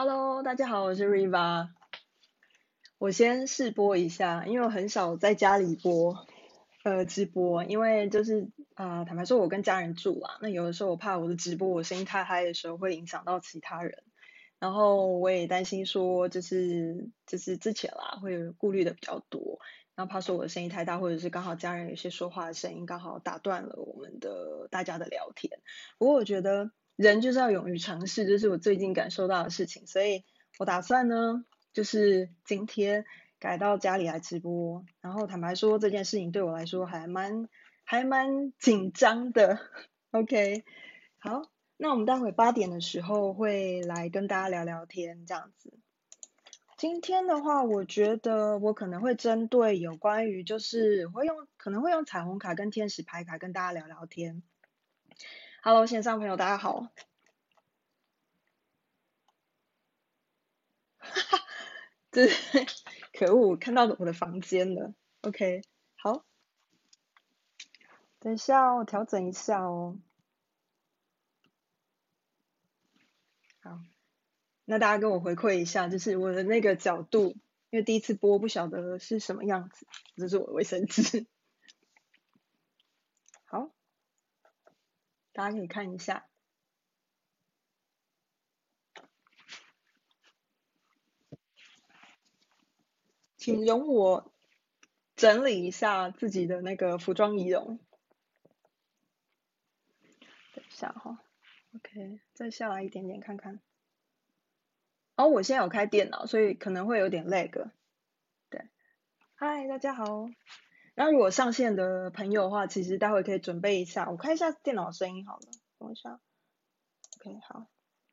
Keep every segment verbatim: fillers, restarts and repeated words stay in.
Hello，大家好，我是 Riva。我先试播一下，因为我很少在家里播呃直播，因为就是呃坦白说，我跟家人住啦，那有的时候我怕我的直播我声音太嗨的时候会影响到其他人，然后我也担心说就是就是之前啦会有顾虑的比较多，然后怕说我的声音太大，或者是刚好家人有些说话的声音刚好打断了我们的大家的聊天。不过我觉得人就是要勇于尝试，这是我最近感受到的事情，所以我打算呢，就是今天改到家里来直播。然后坦白说，这件事情对我来说还蛮还蛮紧张的。OK，好，那我们待会八点的时候会来跟大家聊聊天，这样子。今天的话，我觉得我可能会针对有关于就是我会用可能会用彩虹卡跟天使牌卡跟大家聊聊天。Hello，线上朋友，大家好。这可恶，看到我的房间了。OK，好，等一下哦，我调整一下哦。好，那大家跟我回馈一下，就是我的那个角度，因为第一次播不晓得是什么样子。这是我的卫生纸。好，大家可以看一下。请容我整理一下自己的那个服装仪容。等一下哈、哦、，OK，再下来一点点看看。哦，我现在有开电脑，所以可能会有点 lag。对，嗨，大家好。那如果上线的朋友的话，其实待会可以准备一下，我看一下电脑声音好了，等一下。OK， 好，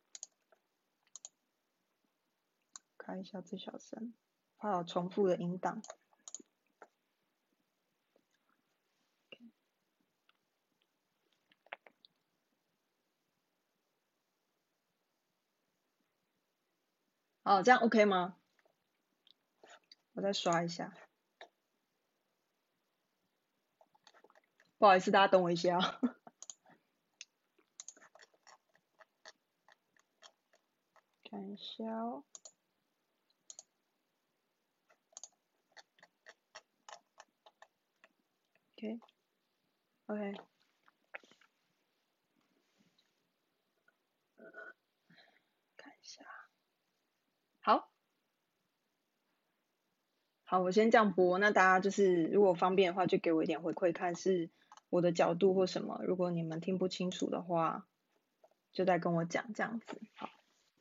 开一下最小声，怕有重复的音档。哦，这样 OK 吗？我再刷一下。不好意思，大家等我一下。看一下哦。OK，OK，、okay. okay. 看一下。好，好，我先这样播。那大家就是如果方便的话，就给我一点回馈，看是我的角度或什么。如果你们听不清楚的话，就再跟我讲这样子。好。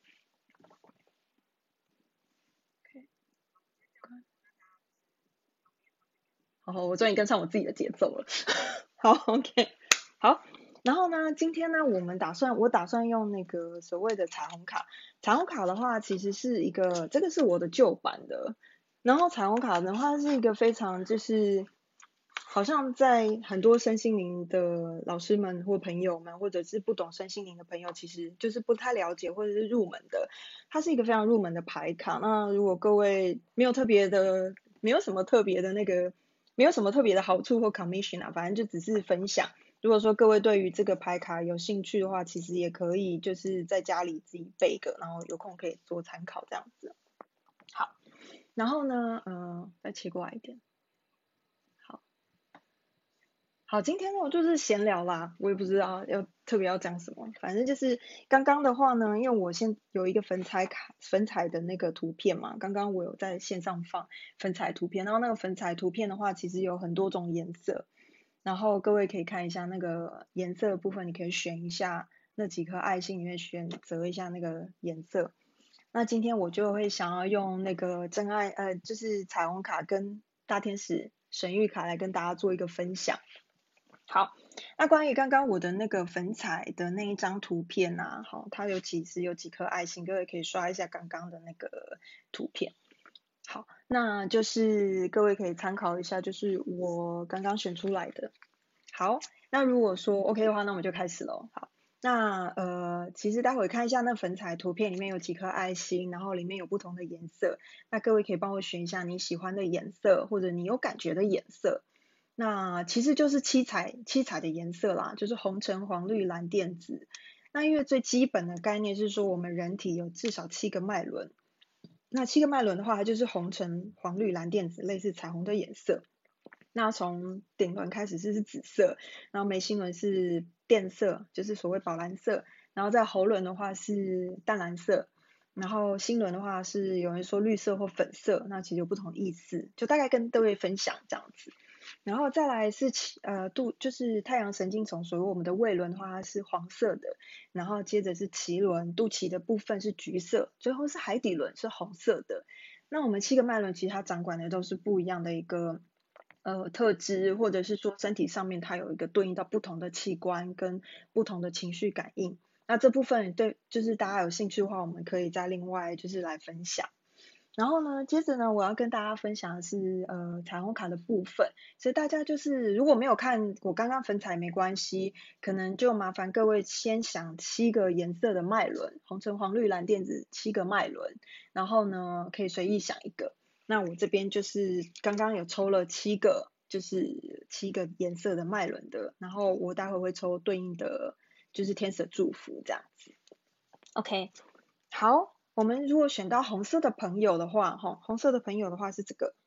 好，我终于跟上我自己的节奏了。好 ，OK， 好。然后呢，今天呢，我们打算，我打算用那个所谓的彩虹卡。彩虹卡的话，其实是一个，这个是我的旧版的。然后彩虹卡的话，是一个非常就是，好像在很多身心灵的老师们或朋友们，或者是不懂身心灵的朋友，其实就是不太了解或者是入门的。它是一个非常入门的牌卡。那如果各位没有特别的，没有什么特别的那个。没有什么特别的好处或 commission 啊，反正就只是分享。如果说各位对于这个牌卡有兴趣的话，其实也可以就是在家里自己备个，然后有空可以做参考这样子。好，然后呢，呃，再切过来一点。好，好，今天呢我就是闲聊啦，我也不知道要特别要讲什么，反正就是刚刚的话呢，因为我先有一个粉彩卡粉彩的那个图片嘛，刚刚我有在线上放粉彩图片，然后那个粉彩图片的话，其实有很多种颜色。然后各位可以看一下那个颜色的部分，你可以选一下那几颗爱心里面选择一下那个颜色。那今天我就会想要用那个真爱呃，就是彩虹卡跟大天使神谕卡来跟大家做一个分享。好，那关于刚刚我的那个粉彩的那一张图片啊，好，它有其实有几颗爱心，各位可以刷一下刚刚的那个图片。好，那就是各位可以参考一下，就是我刚刚选出来的。好，那如果说 OK 的话，那我们就开始喽。好，那呃，其实待会看一下那粉彩图片里面有几颗爱心，然后里面有不同的颜色，那各位可以帮我选一下你喜欢的颜色，或者你有感觉的颜色。那其实就是七彩七彩的颜色啦，就是红橙黄绿蓝靛紫。 那因为最基本的概念是说，我们人体有至少七个脉轮，那七个脉轮的话，它就是红橙黄绿蓝靛紫，类似彩虹的颜色。那从顶轮开始是是紫色，然后眉心轮是靛色，就是所谓宝蓝色，然后在喉轮的话是淡蓝色，然后心轮的话是有人说绿色或粉色，那其实有不同意思，就大概跟各位分享这样子。然后再来是脐呃肚，就是太阳神经丛，所谓我们的胃轮的话，它是黄色的，然后接着是脐轮，肚脐的部分是橘色，最后是海底轮是红色的。那我们七个脉轮其实它掌管的都是不一样的一个呃特质，或者是说身体上面它有一个对应到不同的器官跟不同的情绪感应。那这部分对就是大家有兴趣的话，我们可以再另外就是来分享。然后呢，接着呢，我要跟大家分享的是呃彩虹卡的部分，所以大家就是如果没有看我刚刚粉彩没关系，可能就麻烦各位先想七个颜色的脉轮，红橙黄绿蓝靛紫七个脉轮，然后呢可以随意想一个。那我这边就是刚刚有抽了七个，就是七个颜色的脉轮的，然后我待会会抽对应的就是天使的祝福这样子。OK， 好。我们如果选到红色的朋友的话，哈，红色的朋友的话是这个，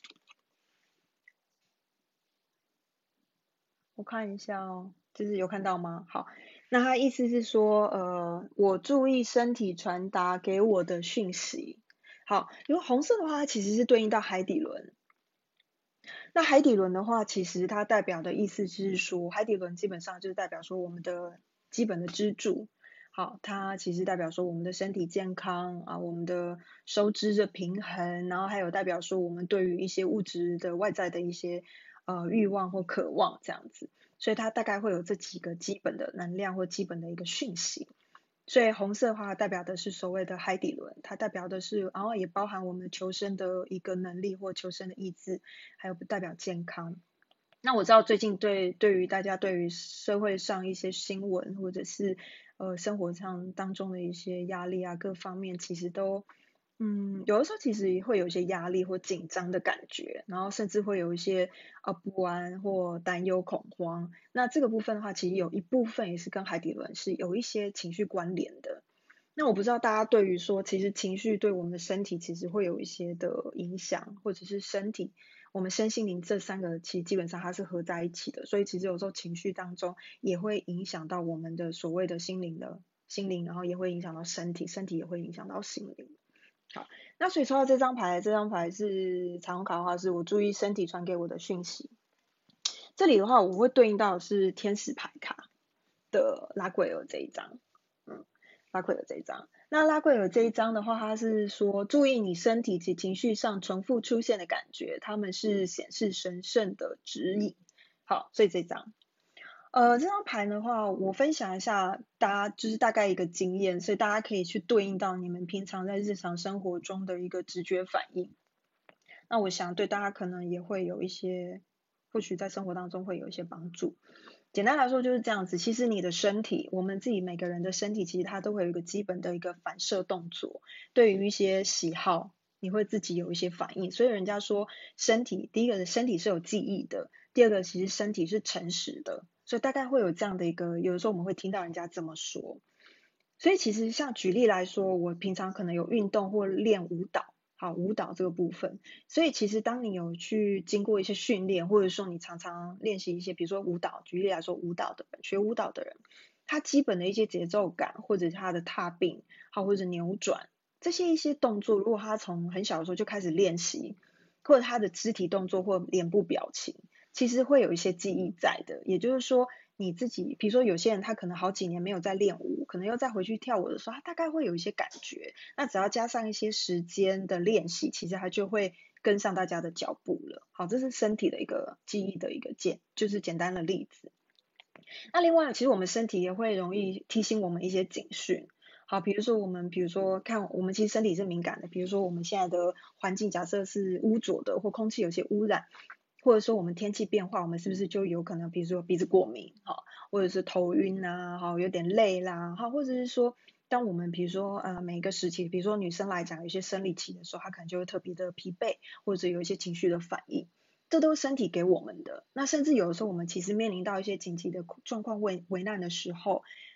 我看一下哦，就是有看到吗？好，那他意思是说，呃，我注意身体传达给我的讯息。好，因为红色的话，它其实是对应到海底轮。那海底轮的话，其实它代表的意思就是说，海底轮基本上就是代表说我们的基本的支柱。好，它其实代表说我们的身体健康啊，我们的收支的平衡，然后还有代表说我们对于一些物质的外在的一些呃欲望或渴望这样子，所以它大概会有这几个基本的能量或基本的一个讯息。所以红色的话代表的是所谓的海底轮，它代表的是，然后也包含我们求生的一个能力或求生的意志，还有代表健康。那我知道最近对对于大家对于社会上一些新闻或者是呃生活上当中的一些压力啊各方面，其实都嗯有的时候其实会有一些压力或紧张的感觉，然后甚至会有一些呃不安或担忧恐慌。那这个部分的话，其实有一部分也是跟海底轮是有一些情绪关联的。那我不知道大家对于说，其实情绪对我们的身体其实会有一些的影响，或者是身体，我们身心灵这三个其实基本上它是合在一起的，所以其实有时候情绪当中也会影响到我们的所谓的心灵的心灵，然后也会影响到身体，身体也会影响到心灵。好，那所以抽到这张牌，这张牌是彩虹卡的话，是我注意身体传给我的讯息。这里的话，我会对应到的是天使牌卡的拉贵尔这一张，嗯，拉贵尔这一张。那拉贵尔这一张的话，它是说注意你身体及情绪上重复出现的感觉，它们是显示神圣的指引。好，所以这张。呃，这张牌的话，我分享一下大家就是大概一个经验，所以大家可以去对应到你们平常在日常生活中的一个直觉反应。那我想对大家可能也会有一些，或许在生活当中会有一些帮助。简单来说就是这样子，其实你的身体，我们自己每个人的身体，其实它都会有一个基本的一个反射动作，对于一些喜好，你会自己有一些反应。所以人家说身体，第一个身体是有记忆的，第二个其实身体是诚实的，所以大概会有这样的一个，有的时候我们会听到人家这么说。所以其实像举例来说，我平常可能有运动或练舞蹈，好，舞蹈这个部分，所以其实当你有去经过一些训练，或者说你常常练习一些，比如说舞蹈，举例来说，舞蹈的人，学舞蹈的人，他基本的一些节奏感，或者他的踏并，好，或者扭转，这些一些动作，如果他从很小的时候就开始练习，或者他的肢体动作或脸部表情，其实会有一些记忆在的，也就是说。你自己，比如说有些人他可能好几年没有在练舞，可能又再回去跳舞的时候，他大概会有一些感觉。那只要加上一些时间的练习，其实他就会跟上大家的脚步了。好，这是身体的一个记忆的一个简，就是简单的例子。那另外，其实我们身体也会容易提醒我们一些警讯。好，比如说我们，比如说看我们其实身体是敏感的，比如说我们现在的环境假设是污浊的，或空气有些污染。或者说我们天气变化，我们是不是就有可能，比如说鼻子过敏，哈，或者是头晕啊，哈，有点累啦，哈，或者是说，当我们比如说呃每个时期，比如说女生来讲，有一些生理期的时候，她可能就会特别的疲惫，或者有一些情绪的反应，这都是身体给我们的。那甚至有的时候，我们其实面临到一些紧急的状况危危难的时候，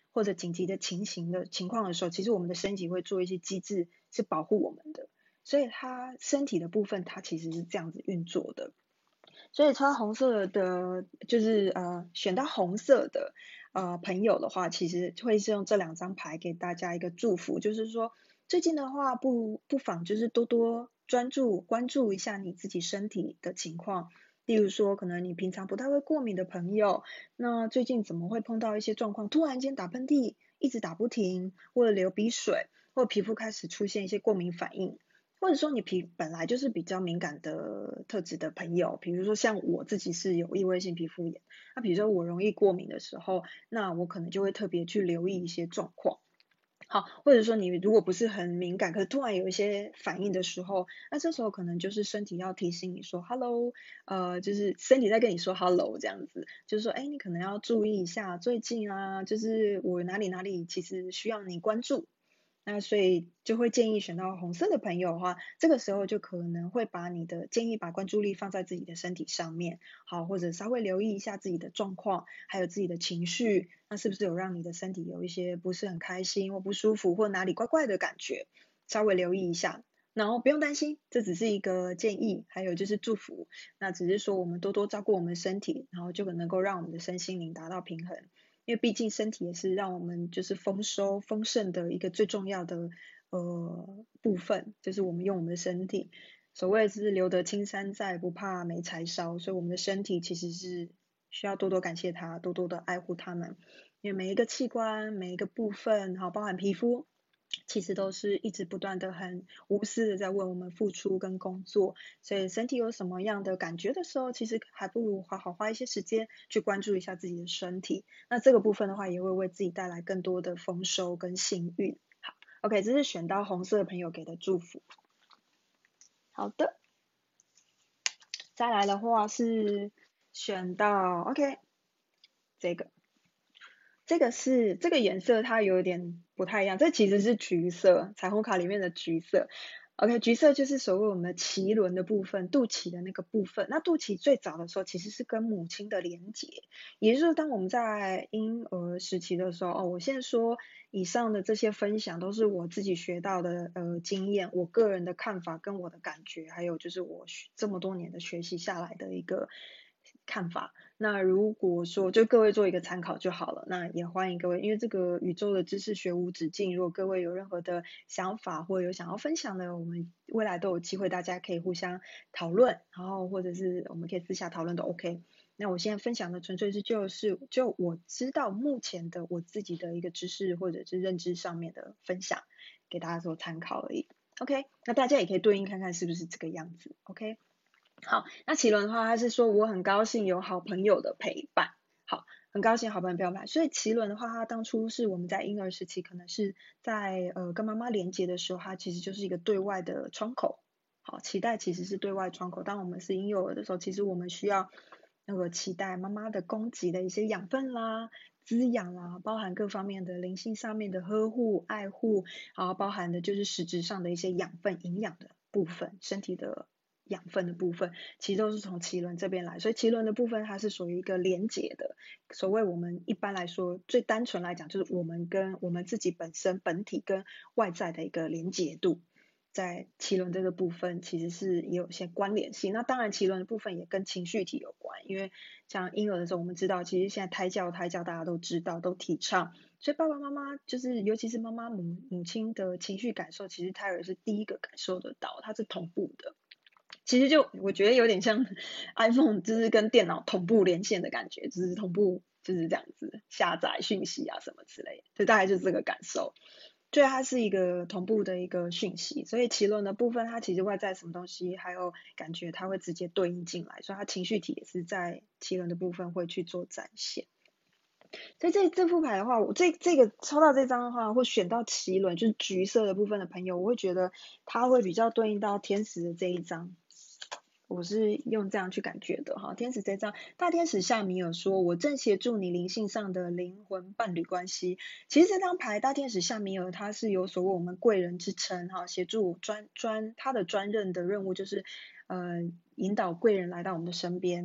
或者紧急的情形的情况的时候，其实我们的身体会做一些机制是保护我们的，所以它身体的部分它其实是这样子运作的。所以穿红色的，就是呃选到红色的呃朋友的话，其实会是用这两张牌给大家一个祝福，就是说最近的话不不妨就是多多专注关注一下你自己身体的情况。例如说，可能你平常不太会过敏的朋友，那最近怎么会碰到一些状况，突然间打喷嚏，一直打不停，或者流鼻水，或者皮肤开始出现一些过敏反应，或者说你皮本来就是比较敏感的特质的朋友，比如说像我自己是有异位性皮肤炎，那比如说我容易过敏的时候，那我可能就会特别去留意一些状况。好，或者说你如果不是很敏感，可是突然有一些反应的时候，那这时候可能就是身体要提醒你说 hello，呃，就是身体在跟你说 hello 这样子，就是说，哎，你可能要注意一下最近啊，就是我哪里哪里其实需要你关注。那所以就会建议选到红色的朋友的话，这个时候就可能会把你的建议把关注力放在自己的身体上面，好，或者稍微留意一下自己的状况，还有自己的情绪，那是不是有让你的身体有一些不是很开心或不舒服，或哪里怪怪的感觉，稍微留意一下。然后不用担心，这只是一个建议，还有就是祝福，那只是说我们多多照顾我们身体，然后就能够让我们的身心灵达到平衡。因为毕竟身体也是让我们就是丰收丰盛的一个最重要的呃部分，就是我们用我们的身体，所谓是留得青山在，不怕没柴烧，所以我们的身体其实是需要多多感谢它，多多的爱护它们，因为每一个器官每一个部分，好，包含皮肤。其实都是一直不断的很无私的在为我们付出跟工作，所以身体有什么样的感觉的时候，其实还不如好好花一些时间去关注一下自己的身体。那这个部分的话，也会为自己带来更多的丰收跟幸运。好，OK，这是选到红色的朋友给的祝福。好的，再来的话是选到 OK 这个。这个是这个颜色，它有点不太一样。这其实是橘色，彩虹卡里面的橘色。OK，橘色就是所谓我们的脐轮的部分，肚脐的那个部分。那肚脐最早的时候其实是跟母亲的连结，也就是说，当我们在婴儿时期的时候，哦，我现在说以上的这些分享都是我自己学到的呃经验，我个人的看法跟我的感觉，还有就是我这么多年的学习下来的一个看法。那如果说就各位做一个参考就好了，那也欢迎各位，因为这个宇宙的知识学无止境，如果各位有任何的想法或有想要分享的，我们未来都有机会，大家可以互相讨论，然后或者是我们可以私下讨论都 OK。那我现在分享的纯粹是就是就我知道目前的我自己的一个知识或者是认知上面的分享，给大家做参考而已。OK，那大家也可以对应看看是不是这个样子。OK。好，那奇轮的话，他是说我很高兴有好朋友的陪伴，好，很高兴好朋友陪伴。所以奇轮的话，他当初是我们在婴儿时期，可能是在呃跟妈妈连接的时候，它其实就是一个对外的窗口。好，脐带其实是对外窗口。当我们是婴幼儿的时候，其实我们需要那个脐带妈妈的供给的一些养分啦、滋养啦，包含各方面的灵性上面的呵护、爱护，然后包含的就是实质上的一些养分、营养的部分，身体的养分的部分，其实都是从脐轮这边来，所以脐轮的部分它是属于一个连结的。所谓我们一般来说最单纯来讲，就是我们跟我们自己本身本体跟外在的一个连结度。在脐轮这个部分其实是也有些关联性，那当然脐轮的部分也跟情绪体有关，因为像婴儿的时候我们知道，其实现在胎教胎教大家都知道都提倡，所以爸爸妈妈就是尤其是妈妈母母亲的情绪感受，其实胎儿是第一个感受得到，它是同步的。其实就我觉得有点像 iPhone，就是跟电脑同步连线的感觉，就是同步就是这样子下载讯息啊什么之类的，就大概就是这个感受。对，它是一个同步的一个讯息，所以脐轮的部分，它其实外在什么东西，还有感觉，它会直接对应进来，所以它情绪体也是在脐轮的部分会去做展现。所以这这副牌的话，我这这个抽到这张的话，会选到脐轮，就是橘色的部分的朋友，我会觉得它会比较对应到天使的这一张。我是用这样去感觉的哈，天使这张大天使夏米尔说：“我正协助你灵性上的灵魂伴侣关系。”其实这张牌大天使夏米尔他是有所谓我们贵人之称哈，协助专专他的专任的任务就是呃引导贵人来到我们的身边。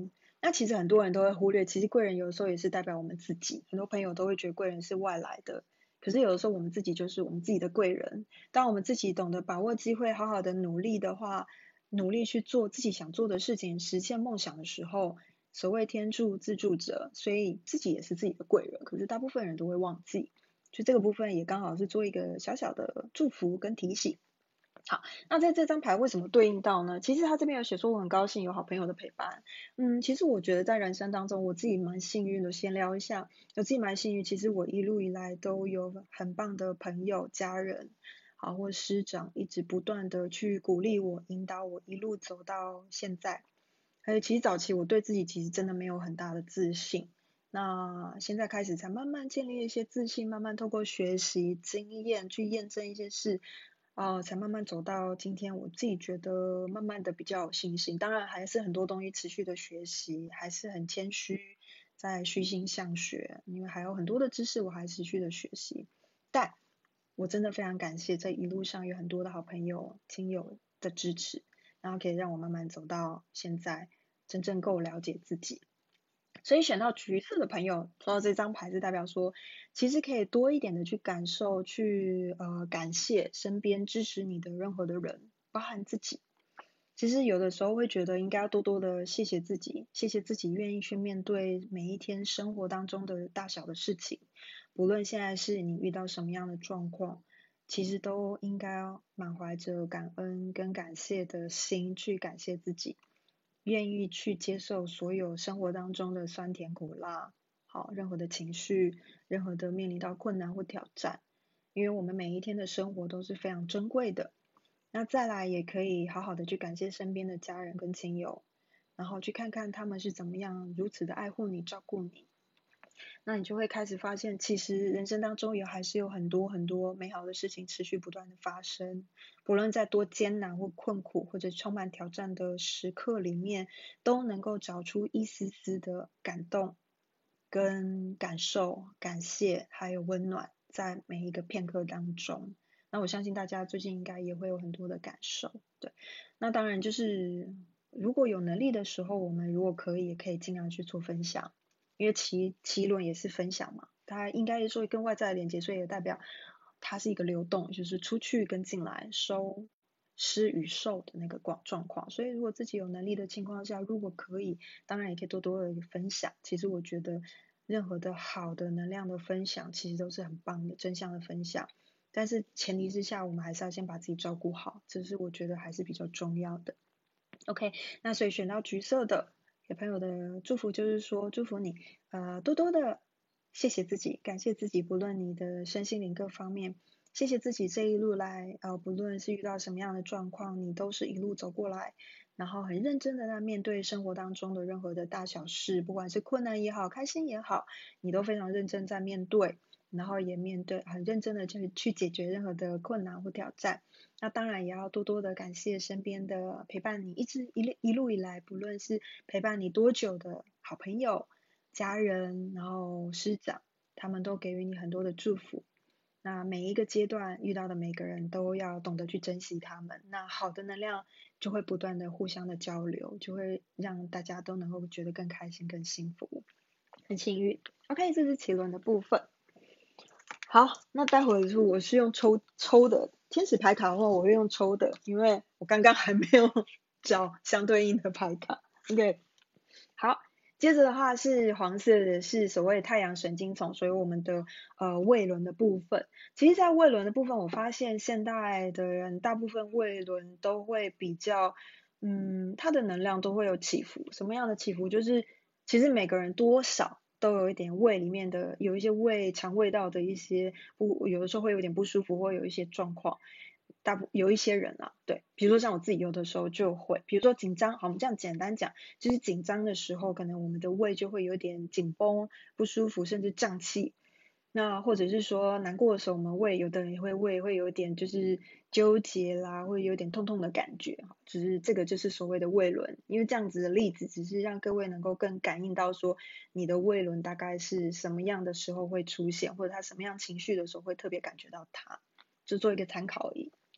那其实很多人都会忽略，其实贵人有的时候也是代表我们自己。很多朋友都会觉得贵人是外来的，可是有的时候我们自己就是我们自己的贵人。当我们自己懂得把握机会，好好的努力的话，努力去做自己想做的事情，实现梦想的时候，所谓天助自助者，所以自己也是自己的贵人。可是大部分人都会忘记，就这个部分也刚好是做一个小小的祝福跟提醒。好，那在这张牌为什么对应到呢？其实他这边有写说我很高兴有好朋友的陪伴。嗯，其实我觉得在人生当中，我自己蛮幸运的。先聊一下，我自己蛮幸运，其实我一路以来都有很棒的朋友、家人，好或师长，一直不断的去鼓励我、引导我，一路走到现在。还有，其实早期我对自己其实真的没有很大的自信，那现在开始才慢慢建立一些自信，慢慢透过学习经验去验证一些事。呃，才慢慢走到今天，我自己觉得慢慢的比较有信心。当然还是很多东西持续的学习，还是很谦虚，在虚心向学，因为还有很多的知识我还持续的学习。但我真的非常感谢这一路上有很多的好朋友、亲友的支持，然后可以让我慢慢走到现在，真正够了解自己。所以选到橘色的朋友，抽到这张牌是代表说，其实可以多一点的去感受，去呃感谢身边支持你的任何的人，包含自己。其实有的时候会觉得应该要多多的谢谢自己，谢谢自己愿意去面对每一天生活当中的大小的事情，不论现在是你遇到什么样的状况，其实都应该要满怀着感恩跟感谢的心去感谢自己。愿意去接受所有生活当中的酸甜苦辣，好，任何的情绪，任何的面临到困难或挑战，因为我们每一天的生活都是非常珍贵的。那再来也可以好好的去感谢身边的家人跟亲友，然后去看看他们是怎么样如此的爱护你、照顾你。那你就会开始发现，其实人生当中有还是有很多很多美好的事情持续不断的发生，不论在多艰难或困苦或者充满挑战的时刻里面，都能够找出一丝丝的感动、跟感受、感谢还有温暖，在每一个片刻当中。那我相信大家最近应该也会有很多的感受，对。那当然就是如果有能力的时候，我们如果可以，也可以尽量去做分享。因为奇奇轮也是分享嘛，它应该是说跟外在的连接，所以也代表它是一个流动，就是出去跟进来，收施与受的那个状状况。所以如果自己有能力的情况下，如果可以，当然也可以多多的分享。其实我觉得任何的好的能量的分享，其实都是很棒的正向的分享。但是前提之下，我们还是要先把自己照顾好，这是我觉得还是比较重要的。OK，那所以选到橘色的给朋友的祝福就是说，祝福你呃多多的谢谢自己，感谢自己，不论你的身心灵各方面，谢谢自己这一路来呃不论是遇到什么样的状况，你都是一路走过来，然后很认真的在面对生活当中的任何的大小事，不管是困难也好，开心也好，你都非常认真在面对。然后也面对很认真的去去解决任何的困难或挑战。那当然也要多多的感谢身边的陪伴你一直一路一路以来，不论是陪伴你多久的好朋友、家人，然后师长，他们都给予你很多的祝福。那每一个阶段遇到的每个人都要懂得去珍惜他们。那好的能量就会不断的互相的交流，就会让大家都能够觉得更开心、更幸福、很幸运。OK，这是奇轮的部分。好，那待会是我是用抽抽的天使牌卡的话，我会用抽的，因为我刚刚还没有找相对应的牌卡。OK，好，接着的话是黄色的，是所谓太阳神经丛，所以我们的呃胃轮的部分。其实，在胃轮的部分，我发现现代的人大部分胃轮都会比较，嗯，它的能量都会有起伏。什么样的起伏？就是其实每个人多少都有一点胃里面的有一些胃肠胃道的一些不，有的时候会有点不舒服，或有一些状况。大部有一些人啊，对，比如说像我自己有的时候就会，比如说紧张，好，我们这样简单讲，就是紧张的时候，可能我们的胃就会有点紧绷、不舒服，甚至胀气。那或者是说难过的时候，我们胃有的人也会胃会有点就是纠结啦，会有点痛痛的感觉，只是这个就是所谓的胃轮，因为这样子的例子只是让各位能够更感应到说你的胃轮大概是什么样的时候会出现，或者他什么样情绪的时候会特别感觉到它，就做一个参考而已。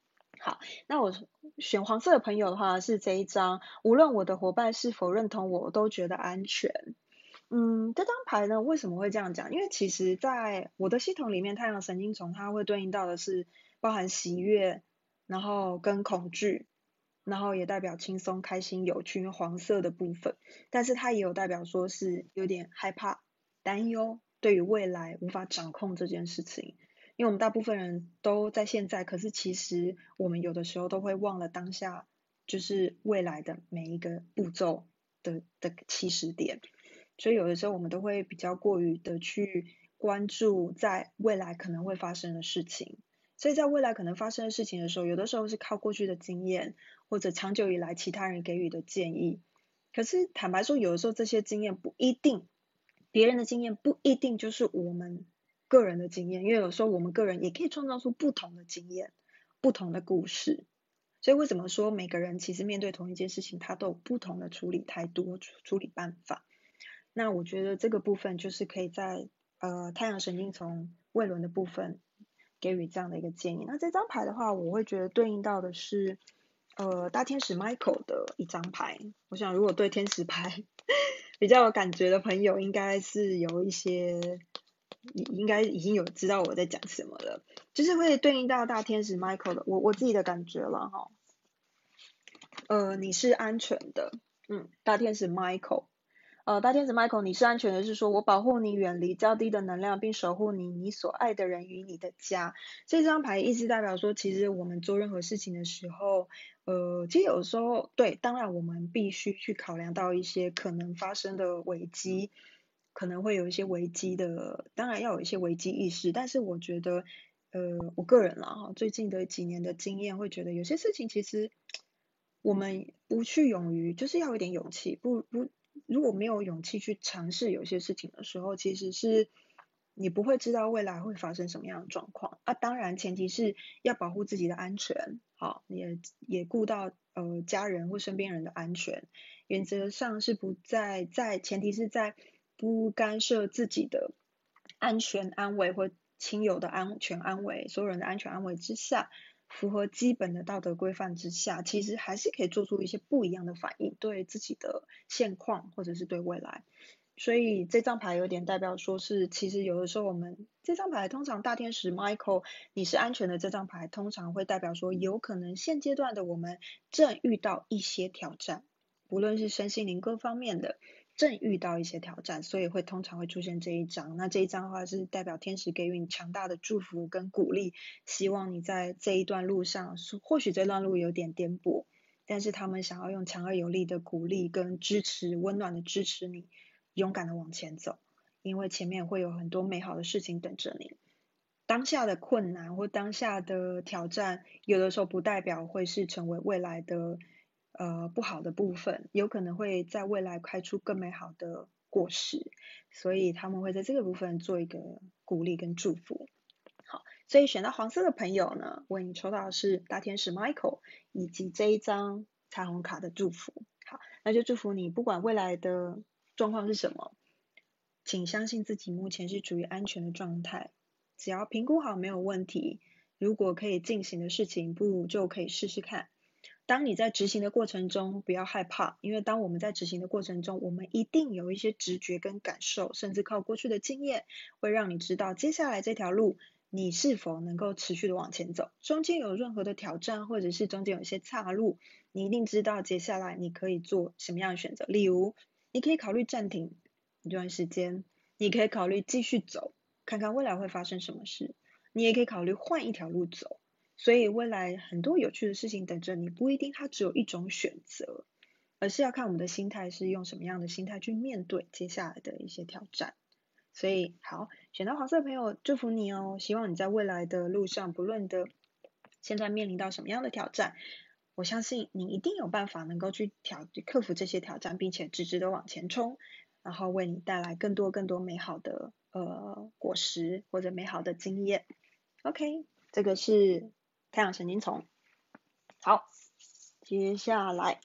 好，那我选黄色的朋友的话是这一张，无论我的伙伴是否认同我，我都觉得安全。嗯，这张牌呢，为什么会这样讲？因为其实在我的系统里面，太阳神经丛它会对应到的是包含喜悦，然后跟恐惧，然后也代表轻松、开心、有趣，因为黄色的部分，但是它也有代表说是有点害怕、担忧，对于未来无法掌控这件事情。因为我们大部分人都在现在，可是其实我们有的时候都会忘了当下，就是未来的每一个步骤的的起始点。所以有的时候我们都会比较过于的去关注在未来可能会发生的事情，所以在未来可能发生的事情的时候，有的时候是靠过去的经验或者长久以来其他人给予的建议。可是坦白说，有的时候这些经验不一定，别人的经验不一定就是我们个人的经验，因为有时候我们个人也可以创造出不同的经验、不同的故事。所以为什么说每个人其实面对同一件事情，他都有不同的处理态度、处理办法？那我觉得这个部分就是可以在呃太阳神经丛胃轮的部分给予这样的一个建议。那这张牌的话，我会觉得对应到的是呃大天使 Michael 的一张牌。我想如果对天使牌比较有感觉的朋友，应该是有一些应该已经有知道我在讲什么了，就是会对应到大天使 Michael 的我我自己的感觉了哈。呃，你是安全的，嗯，大天使 Michael。呃，大天使 Michael，你是安全的，是说我保护你远离较低的能量，并守护你你所爱的人与你的家。这张牌意思代表说，其实我们做任何事情的时候，呃，其实有时候对，当然我们必须去考量到一些可能发生的危机，可能会有一些危机的，当然要有一些危机意识。但是我觉得，呃，我个人啦哈，最近的几年的经验会觉得，有些事情其实我们不去勇于，就是要有一点勇气，不不。如果没有勇气去尝试有些事情的时候，其实是你不会知道未来会发生什么样的状况啊。当然，前提是要保护自己的安全，好，也也顾到呃家人或身边人的安全。原则上是不在在前提是在不干涉自己的安全安危或亲友的安全安危，所有人的安全安危之下。符合基本的道德规范之下，其实还是可以做出一些不一样的反应，对自己的现况或者是对未来。所以这张牌有点代表说是，其实有的时候我们这张牌通常大天使 Michael 你是安全的，这张牌通常会代表说，有可能现阶段的我们正遇到一些挑战，不论是身心灵各方面的。正遇到一些挑战，所以会通常会出现这一张。那这一张的话是代表天使给予你强大的祝福跟鼓励，希望你在这一段路上，或许这段路有点颠簸，但是他们想要用强而有力的鼓励跟支持，温暖的支持你，勇敢的往前走，因为前面会有很多美好的事情等着你。当下的困难或当下的挑战，有的时候不代表会是成为未来的呃不好的部分，有可能会在未来开出更美好的果实，所以他们会在这个部分做一个鼓励跟祝福。好，所以选到黄色的朋友呢，为你抽到的是大天使 Michael 以及这一张彩虹卡的祝福。好，那就祝福你，不管未来的状况是什么，请相信自己目前是处于安全的状态。只要评估好没有问题，如果可以进行的事情，不如就可以试试看。当你在执行的过程中，不要害怕，因为当我们在执行的过程中，我们一定有一些直觉跟感受，甚至靠过去的经验，会让你知道接下来这条路你是否能够持续的往前走。中间有任何的挑战，或者是中间有一些岔路，你一定知道接下来你可以做什么样的选择。例如，你可以考虑暂停一段时间，你可以考虑继续走，看看未来会发生什么事。你也可以考虑换一条路走。所以未来很多有趣的事情等着你，不一定它只有一种选择，而是要看我们的心态是用什么样的心态去面对接下来的一些挑战。所以好，选到黄色的朋友，祝福你哦！希望你在未来的路上，不论的现在面临到什么样的挑战，我相信你一定有办法能够去挑克服这些挑战，并且直直的往前冲，然后为你带来更多更多美好的呃果实或者美好的经验。OK， 这个是太阳神经丛。好，接下来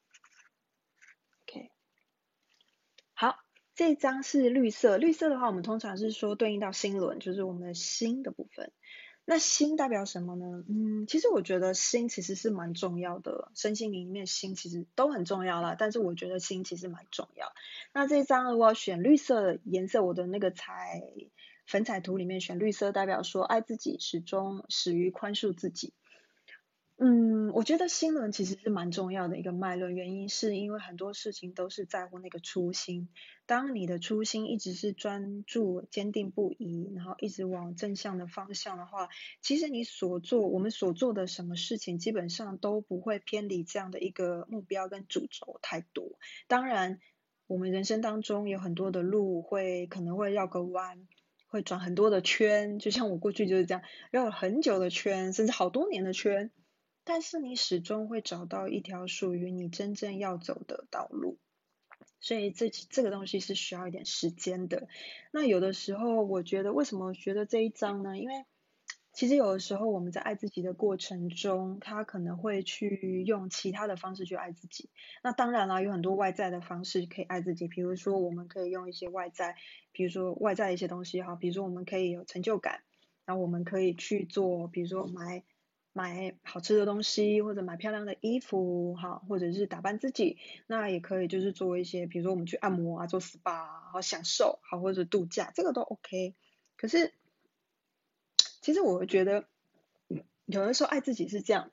，OK， 好，这张是绿色。绿色的话，我们通常是说对应到心轮，就是我们的心的部分。 那心代表什么呢？嗯，其实我觉得心其实是蛮重要的，身心灵里面心其实都很重要啦，但是我觉得心其实蛮重要。那这一张如果选绿色颜色，我的那个彩粉彩图里面选绿色，代表说爱自己，始终始于宽恕自己。嗯，我觉得心轮其实是蛮重要的一个脉轮，原因是因为很多事情都是在乎那个初心。当你的初心一直是专注、坚定不移，然后一直往正向的方向的话，其实你所做，我们所做的什么事情，基本上都不会偏离这样的一个目标跟主轴太多。当然，我们人生当中有很多的路会可能会绕个弯。会转很多的圈，就像我过去就是这样，绕了很久的圈，甚至好多年的圈。但是你始终会找到一条属于你真正要走的道路，所以这这个东西是需要一点时间的。那有的时候，我觉得为什么觉得这一章呢？因为其实有的时候我们在爱自己的过程中，他可能会去用其他的方式去爱自己。那当然啦，有很多外在的方式可以爱自己，比如说我们可以用一些外在，比如说外在的一些东西哈，比如说我们可以有成就感，然后我们可以去做，比如说买。买好吃的东西，或者买漂亮的衣服，哈，或者是打扮自己，那也可以就是做一些，比如说我们去按摩啊，做 S P A 啊，好享受，好或者度假，这个都 OK。可是其实我觉得有的时候爱自己是这样，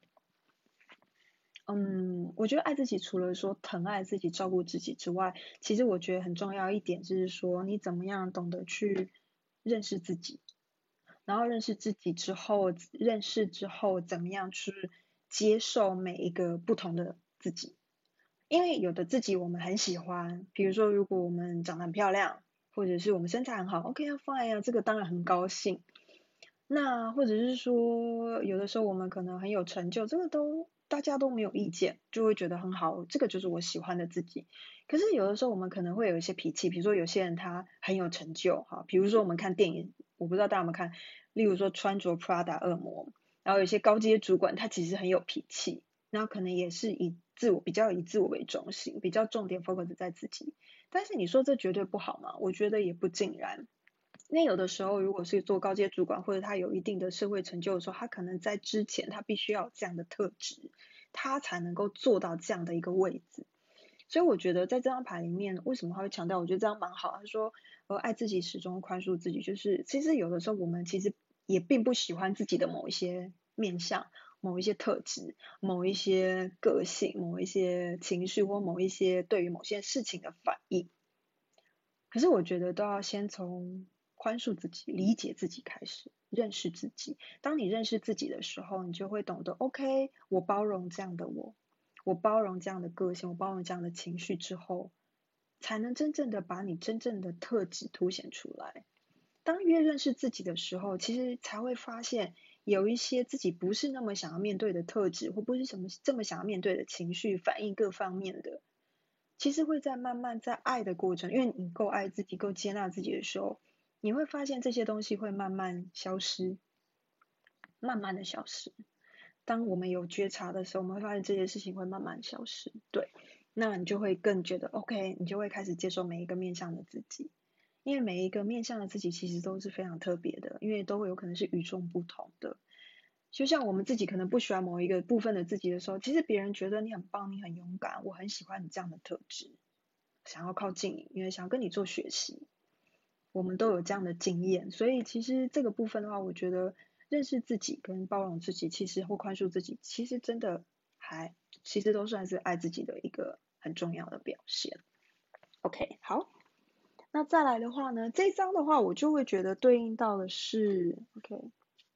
嗯，我觉得爱自己除了说疼爱自己、照顾自己之外，其实我觉得很重要一点就是说，你怎么样懂得去认识自己。然后认识自己之后，认识之后怎么样去接受每一个不同的自己。因为有的自己我们很喜欢，比如说如果我们长得很漂亮，或者是我们身材很好，OK 啊 fine 啊，这个当然很高兴。那或者是说，有的时候我们可能很有成就，这个都大家都没有意见，就会觉得很好，这个就是我喜欢的自己。可是有的时候我们可能会有一些脾气，比如说有些人他很有成就，哈，比如说我们看电影，我不知道大家有没有看，例如说穿着 Prada 恶魔，然后有些高阶主管他其实很有脾气，然后可能也是以自我比较以自我为中心，比较重点 focus 在自己。但是你说这绝对不好吗？我觉得也不尽然。因为有的时候，如果是做高阶主管，或者他有一定的社会成就的时候，他可能在之前他必须要有这样的特质，他才能够做到这样的一个位置。所以我觉得在这张牌里面，为什么他会强调？我觉得这样蛮好。他说，呃，爱自己始终宽恕自己，就是其实有的时候我们其实也并不喜欢自己的某一些面相、某一些特质、某一些个性、某一些情绪或某一些对于某些事情的反应。可是我觉得都要先从宽恕自己、理解自己开始，认识自己。当你认识自己的时候，你就会懂得，OK，我包容这样的我，我包容这样的个性，我包容这样的情绪之后，才能真正的把你真正的特质凸显出来。当越认识自己的时候，其实才会发现有一些自己不是那么想要面对的特质，或不是什么这么想要面对的情绪反应各方面的。其实会在慢慢在爱的过程，因为你够爱自己、够接纳自己的时候，你会发现这些东西会慢慢消失，慢慢的消失。当我们有觉察的时候，我们会发现这些事情会慢慢消失。对，那你就会更觉得 OK，你就会开始接受每一个面向的自己，因为每一个面向的自己其实都是非常特别的，因为都会有可能是与众不同的。就像我们自己可能不喜欢某一个部分的自己的时候，其实别人觉得你很棒，你很勇敢，我很喜欢你这样的特质，想要靠近你，因为想要跟你做学习，我们都有这样的经验，所以其实这个部分的话，我觉得认识自己跟包容自己，其实或宽恕自己，其实真的还其实都算是爱自己的一个很重要的表现。OK，好，那再来的话呢，这一章的话，我就会觉得对应到的是 OK。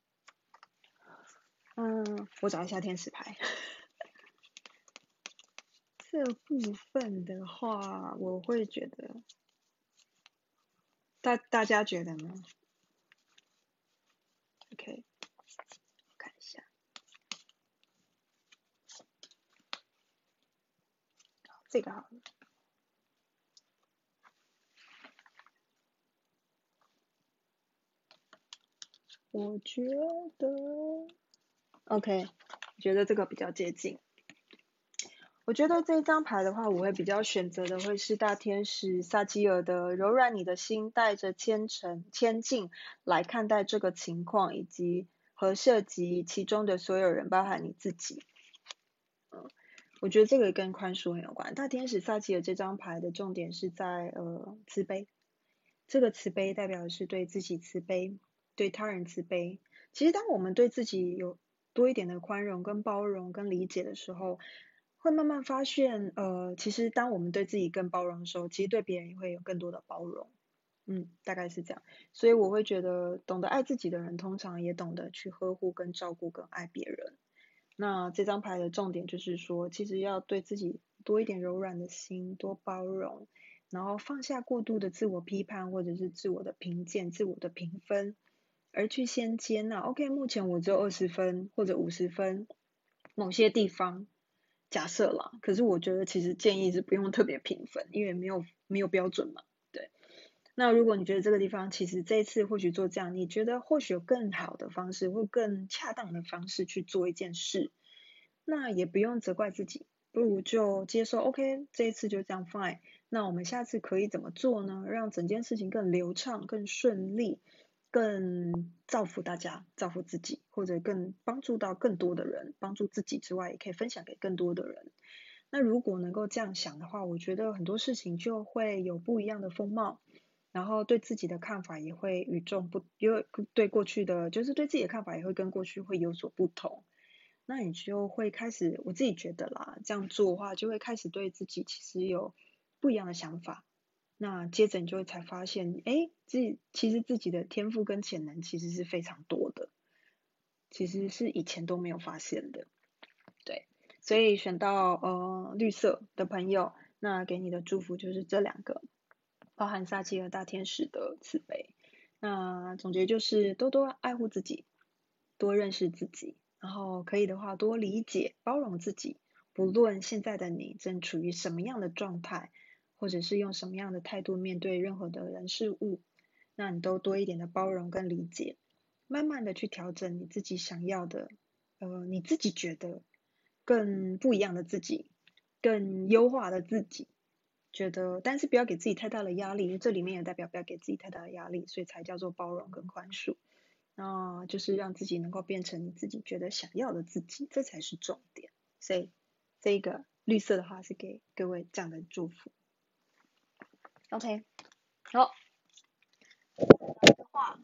嗯，我找一下天使牌。这部分的话，我会觉得，大大家觉得呢？OK，看一下，这个好了。我觉得 OK，我觉得这个比较接近。我觉得这张牌的话，我会比较选择的会是大天使撒基尔的柔软你的心，带着虔诚谦敬来看待这个情况，以及和涉及其中的所有人，包含你自己。嗯，我觉得这个跟宽恕很有关。大天使萨奇尔这张牌的重点是在呃慈悲，这个慈悲代表的是对自己慈悲，对他人慈悲。其实当我们对自己有多一点的宽容、跟包容、跟理解的时候，会慢慢发现，呃，其实当我们对自己更包容的时候，其实对别人也会有更多的包容。嗯，大概是这样。所以我会觉得，懂得爱自己的人，通常也懂得去呵护、跟照顾、跟爱别人。那这张牌的重点就是说，其实要对自己多一点柔软的心，多包容，然后放下过度的自我批判或者是自我的评鉴、自我的评分，而去先接纳。OK，目前我只有二十分或者五十分，某些地方假设啦，可是我觉得其实建议是不用特别评分，因为没有没有标准嘛。对。那如果你觉得这个地方其实这一次或许做这样，你觉得或许有更好的方式或更恰当的方式去做一件事，那也不用责怪自己，不如就接受 OK， 这一次就这样 fine。那我们下次可以怎么做呢？让整件事情更流畅、更顺利、更造福大家、造福自己，或者更帮助到更多的人，帮助自己之外，也可以分享给更多的人。那如果能够这样想的话，我觉得很多事情就会有不一样的风貌。然后对自己的看法也会与众不，因为对过去的，就是对自己的看法也会跟过去会有所不同。那你就会开始，我自己觉得啦，这样做的话，就会开始对自己其实有不一样的想法。那接着你就会才发现，哎，自己其实自己的天赋跟潜能其实是非常多的，其实是以前都没有发现的。对，所以选到呃绿色的朋友，那给你的祝福就是这两个。包含撒奇和大天使的慈悲。那总结就是多多爱护自己，多认识自己，然后可以的话多理解、包容自己。不论现在的你正处于什么样的状态，或者是用什么样的态度面对任何的人事物，那你都多一点的包容跟理解，慢慢的去调整你自己想要的，呃，你自己觉得更不一样的自己，更优化的自己。觉得，但是不要给自己太大的压力，因为这里面也代表不要给自己太大的压力，所以才叫做包容跟宽恕。那就是让自己能够变成你自己觉得想要的自己，这才是重点。所以这个绿色的话是给各位这样的祝福。OK，好，话，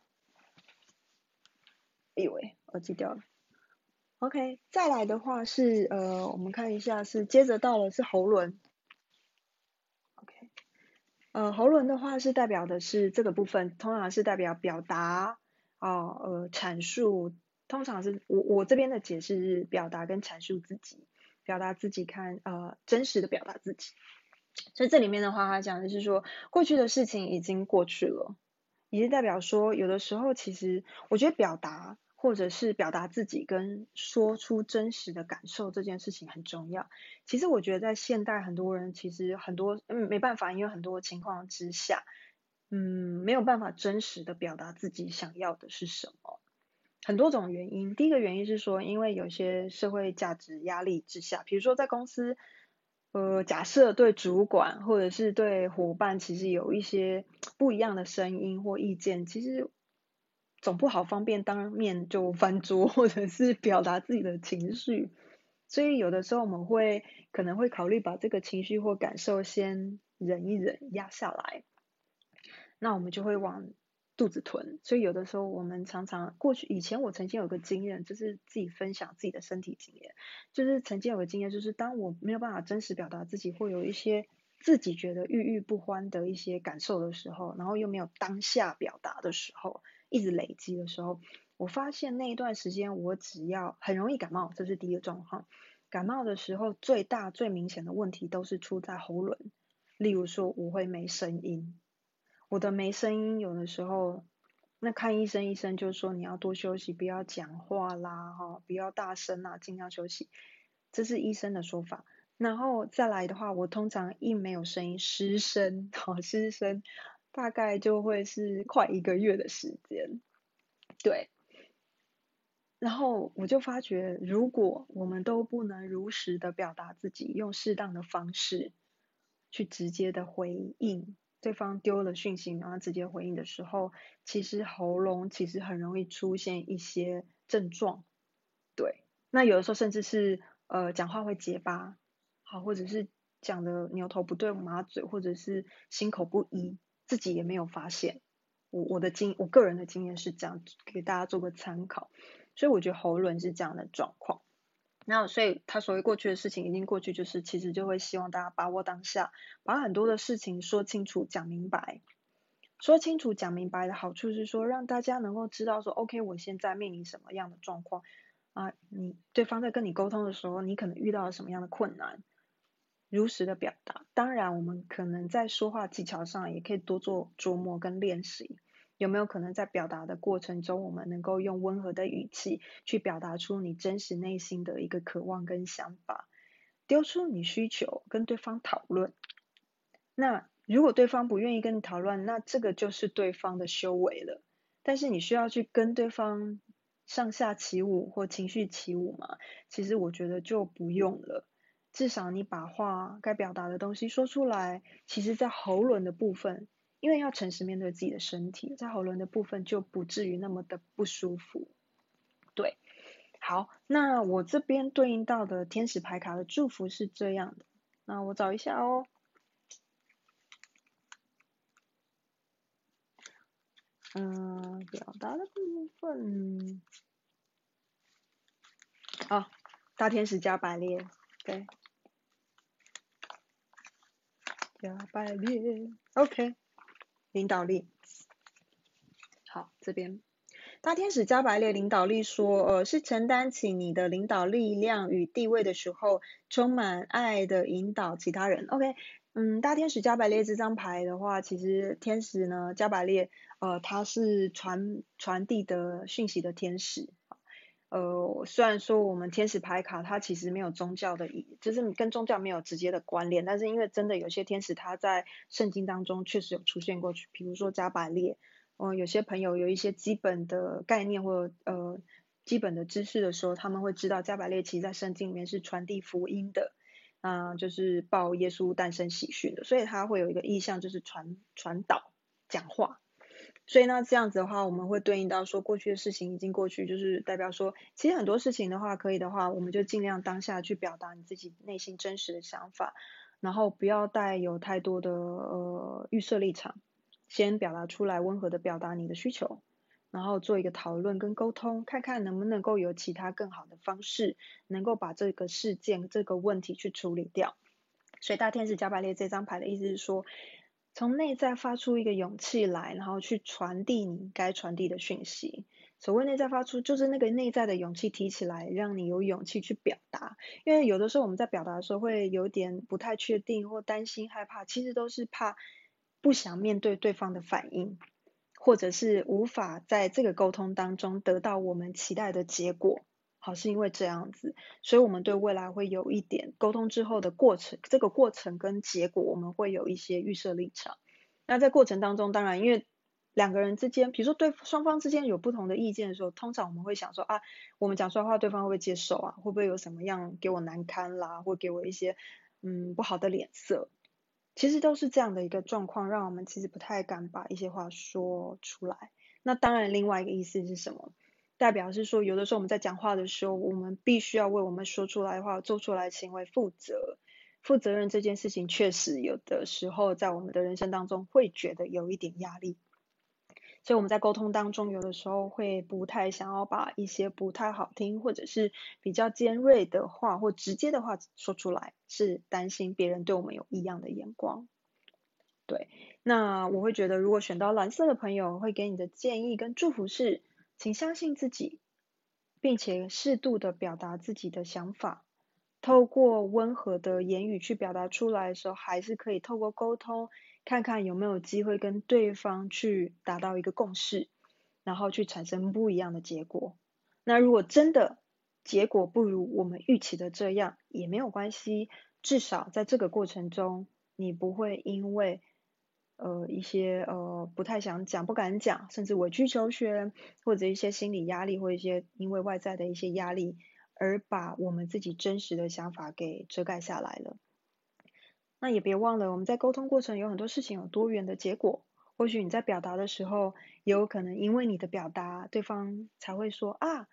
哎呦喂，我记掉了。OK，再来的话是呃，我们看一下是接着到了是喉轮。OK。呃，喉轮的话是代表的是这个部分，通常是代表表达啊，呃，阐述，通常是我我这边的解释是表达跟阐述自己，表达自己看呃真实的表达自己。所以这里面的话，它讲的是说过去的事情已经过去了，也是代表说有的时候其实我觉得表达或者是表达自己跟说出真实的感受这件事情很重要。其实我觉得在现代很多人其实很多嗯没办法，因为很多情况之下，嗯没有办法真实的表达自己想要的是什么。很多种原因，第一个原因是说，因为有些社会价值压力之下，比如说在公司，呃，假设对主管或者是对伙伴，其实有一些不一样的声音或意见，其实总不好方便当面就翻桌，或者是表达自己的情绪，所以有的时候我们会可能会考虑把这个情绪或感受先忍一忍，压下来。那我们就会往肚子吞。所以有的时候我们常常过去以前我曾经有个经验，就是自己分享自己的身体经验，就是曾经有个经验，就是当我没有办法真实表达自己，会有一些自己觉得郁郁不欢的一些感受的时候，然后又没有当下表达的时候，一直累积的时候，我发现那一段时间我只要很容易感冒，这是第一个状况。感冒的时候最大最明显的问题都是出在喉咙，例如说我会没声音。我的没声音，有的时候，那看医生，医生就说你要多休息，不要讲话啦，哈，不要大声啊，尽量休息，这是医生的说法。然后再来的话，我通常一没有声音，失声，好，失声，大概就会是快一个月的时间，对。然后我就发觉，如果我们都不能如实的表达自己，用适当的方式去直接的回应对方丢了讯息，然后直接回应的时候，其实喉咙其实很容易出现一些症状。对，那有的时候甚至是呃讲话会结巴，好，或者是讲的牛头不对马嘴，或者是心口不一，自己也没有发现。我我的经我个人的经验是这样，给大家做个参考。所以我觉得喉轮是这样的状况。那所以他所谓过去的事情已经过去，就是其实就会希望大家把握当下，把很多的事情说清楚、讲明白。说清楚、讲明白的好处是说，让大家能够知道说 ，OK，我现在面临什么样的状况啊？你对方在跟你沟通的时候，你可能遇到了什么样的困难，如实的表达。当然，我们可能在说话技巧上也可以多做琢磨跟练习。有没有可能在表达的过程中，我们能够用温和的语气去表达出你真实内心的一个渴望跟想法，丢出你需求，跟对方讨论。那如果对方不愿意跟你讨论，那这个就是对方的修为了。但是你需要去跟对方上下起舞或情绪起舞吗？其实我觉得就不用了。至少你把话该表达的东西说出来，其实在喉轮的部分，因为要诚实面对自己的身体，在喉轮的部分就不至于那么的不舒服。对，好，那我这边对应到的天使牌卡的祝福是这样的，那我找一下哦。嗯，表达的部分，啊，大天使加百列，对，加百列，OK，领导力，好，这边大天使加百列领导力说，呃，是承担起你的领导力量与地位的时候，充满爱的引导其他人。OK，嗯，大天使加百列这张牌的话，其实天使呢，加百列，呃，它是传传递的讯息的天使。呃，虽然说我们天使牌卡它其实没有宗教的意，就是跟宗教没有直接的关联，但是因为真的有些天使它在圣经当中确实有出现过，比如说加百列。呃，有些朋友有一些基本的概念或呃基本的知识的时候，他们会知道加百列其实在圣经里面是传递福音的，啊、呃，就是报耶稣诞生喜讯的，所以他会有一个意向就是传传导讲话。所以呢，这样子的话，我们会对应到说过去的事情已经过去，就是代表说，其实很多事情的话，可以的话，我们就尽量当下去表达你自己内心真实的想法，然后不要带有太多的呃预设立场，先表达出来，温和的表达你的需求，然后做一个讨论跟沟通，看看能不能够有其他更好的方式，能够把这个事件这个问题去处理掉。所以大天使加百列这张牌的意思是说，从内在发出一个勇气来，然后去传递你该传递的讯息。所谓内在发出，就是那个内在的勇气提起来，让你有勇气去表达。因为有的时候我们在表达的时候会有点不太确定或担心害怕，其实都是怕不想面对对方的反应，或者是无法在这个沟通当中得到我们期待的结果。好，是因为这样子，所以我们对未来会有一点沟通之后的过程，这个过程跟结果我们会有一些预设立场。那在过程当中，当然因为两个人之间，比如说对双方之间有不同的意见的时候，通常我们会想说啊，我们讲出来的话，对方会不会接受啊？会不会有什么样给我难堪啦，或给我一些嗯不好的脸色？其实都是这样的一个状况，让我们其实不太敢把一些话说出来。那当然，另外一个意思是什么？代表是说，有的时候我们在讲话的时候，我们必须要为我们说出来的话、做出来的行为负责。负责任这件事情，确实有的时候在我们的人生当中会觉得有一点压力。所以我们在沟通当中，有的时候会不太想要把一些不太好听或者是比较尖锐的话或直接的话说出来，是担心别人对我们有异样的眼光。对，那我会觉得，如果选到蓝色的朋友，会给你的建议跟祝福是，请相信自己，并且适度的表达自己的想法。透过温和的言语去表达出来的时候，还是可以透过沟通，看看有没有机会跟对方去达到一个共识，然后去产生不一样的结果。那如果真的结果不如我们预期的这样，也没有关系，至少在这个过程中，你不会因为呃一些呃不太想讲、不敢讲，甚至委曲求全，或者一些心理压力，或一些因为外在的一些压力，而把我们自己真实的想法给遮盖下来了。那也别忘了，我们在沟通过程有很多事情有多元的结果。或许你在表达的时候，也有可能因为你的表达，对方才会说啊，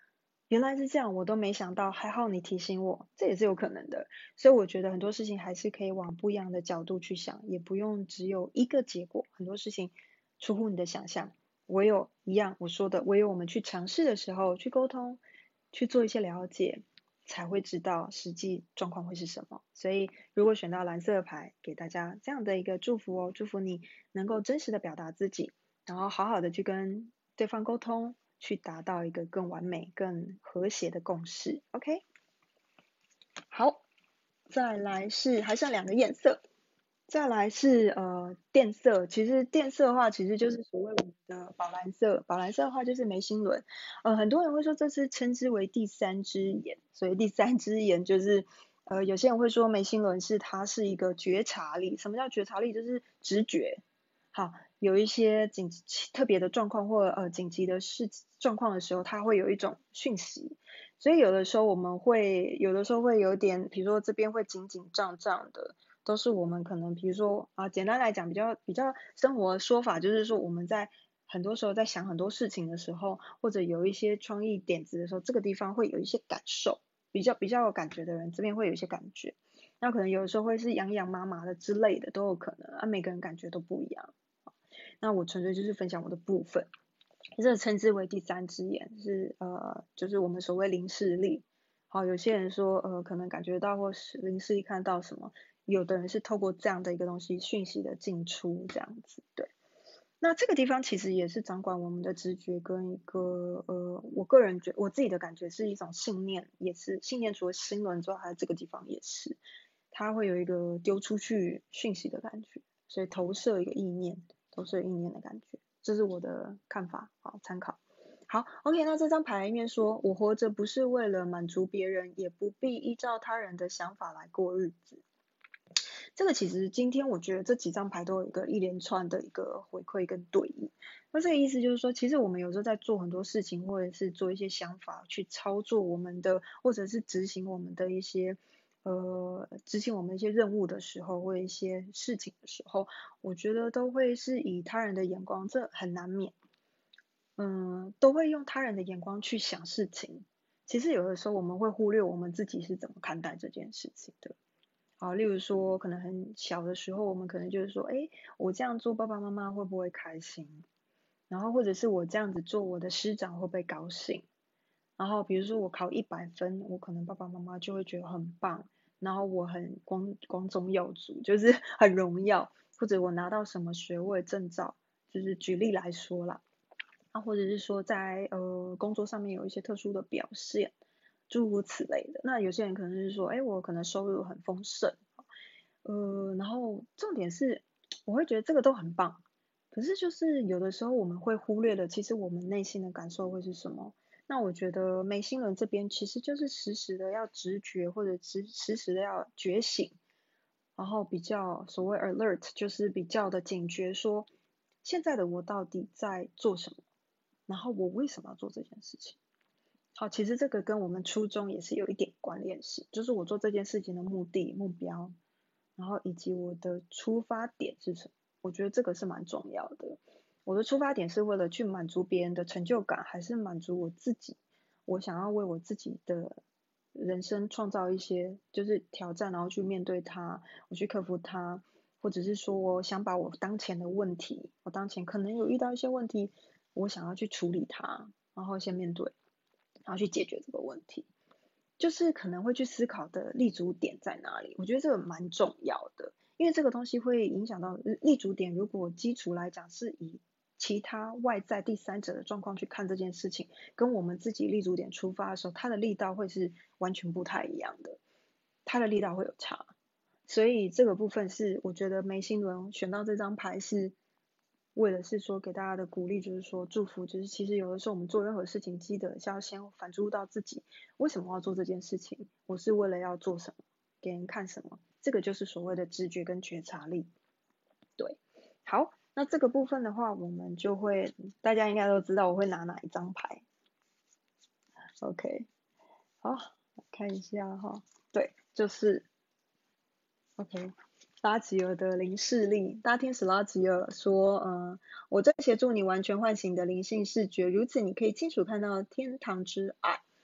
原来是这样，我都没想到，还好你提醒我，这也是有可能的。所以我觉得很多事情还是可以往不一样的角度去想，也不用只有一个结果，很多事情出乎你的想象。唯有一样我说的，唯有我们去尝试的时候，去沟通，去做一些了解，才会知道实际状况会是什么。所以如果选到蓝色的牌，给大家这样的一个祝福哦，祝福你能够真实的表达自己，然后好好的去跟对方沟通，去达到一个更完美、更和谐的共识。OK，好，再来是还剩两个颜色，再来是呃靛色。其实靛色的话，其实就是所谓我们的宝蓝色。宝蓝色的话就是眉心轮，呃，很多人会说这是称之为第三只眼，所以第三只眼就是呃有些人会说眉心轮是它是一个觉察力。什么叫觉察力？就是直觉。好，有一些紧特别的状况或呃紧急的事状况的时候，它会有一种讯息，所以有的时候我们会有的时候会有点，比如说这边会紧紧胀胀的，都是我们可能比如说啊，简单来讲比较比较生活的说法，就是说我们在很多时候在想很多事情的时候，或者有一些创意点子的时候，这个地方会有一些感受，比较比较有感觉的人，这边会有一些感觉。那可能有的时候会是痒痒麻麻的之类的都有可能啊，每个人感觉都不一样。那我纯粹就是分享我的部分，这个称之为第三只眼，是呃，就是我们所谓灵视力。好，有些人说呃，可能感觉到或是灵视力看到什么，有的人是透过这样的一个东西讯息的进出这样子，对。那这个地方其实也是掌管我们的直觉跟一个呃，我个人觉我自己的感觉是一种信念，也是信念，除了心轮之后，还有这个地方也是，它会有一个丢出去讯息的感觉，所以投射一个意念，投射意念的感觉，这是我的看法，好参考。好，OK，那这张牌里面说，我活着不是为了满足别人，也不必依照他人的想法来过日子。这个其实今天我觉得这几张牌都有一个一连串的一个回馈跟对应。那这个意思就是说，其实我们有时候在做很多事情，或者是做一些想法去操作我们的，或者是执行我们的一些呃执行我们一些任务的时候，或者一些事情的时候，我觉得都会是以他人的眼光，这很难免。嗯，都会用他人的眼光去想事情。其实有的时候我们会忽略我们自己是怎么看待这件事情的。好，例如说，可能很小的时候，我们可能就是说，哎，我这样做，爸爸妈妈会不会开心？然后或者是我这样子做，我的师长会不会高兴？然后比如说我考一百分，我可能爸爸妈妈就会觉得很棒，然后我很光光宗耀祖，就是很荣耀，或者我拿到什么学位证照，就是举例来说啦。啊，或者是说在呃工作上面有一些特殊的表现，诸如此类的。那有些人可能是说，哎，我可能收入很丰盛，呃，然后重点是，我会觉得这个都很棒，可是就是有的时候我们会忽略了，其实我们内心的感受会是什么。那我觉得眉心轮这边其实就是时时的要直觉，或者时时时的要觉醒，然后比较所谓 alert，就是比较的警觉说，现在的我到底在做什么，然后我为什么要做这件事情。好，其实这个跟我们初衷也是有一点关联性，就是我做这件事情的目的、目标，然后以及我的出发点是什么，我觉得这个是蛮重要的。我的出发点是为了去满足别人的成就感，还是满足我自己？我想要为我自己的人生创造一些就是挑战，然后去面对它，我去克服它，或者是说我想把我当前的问题，我当前可能有遇到一些问题，我想要去处理它，然后先面对，然后去解决这个问题。就是可能会去思考的立足点在哪里，我觉得这个蛮重要的，因为这个东西会影响到立足点。如果基础来讲是以其他外在第三者的状况去看这件事情，跟我们自己立足点出发的时候，它的力道会是完全不太一样的，它的力道会有差。所以这个部分是我觉得眉心轮选到这张牌是为了是说给大家的鼓励，就是说祝福，就是其实有的时候我们做任何事情，记得是要先反诸到自己，为什么要做这件事情？我是为了要做什么？给人看什么？这个就是所谓的直觉跟觉察力。对，好，那这个部分的话，我们就会大家应该都知道我会拿哪一张牌。OK，好，看一下哈，对，就是 OK。拉吉尔的灵视力，大天使拉吉尔说，嗯，我在协助你完全唤醒你的灵性视觉，如此你可以清楚看到天堂之爱。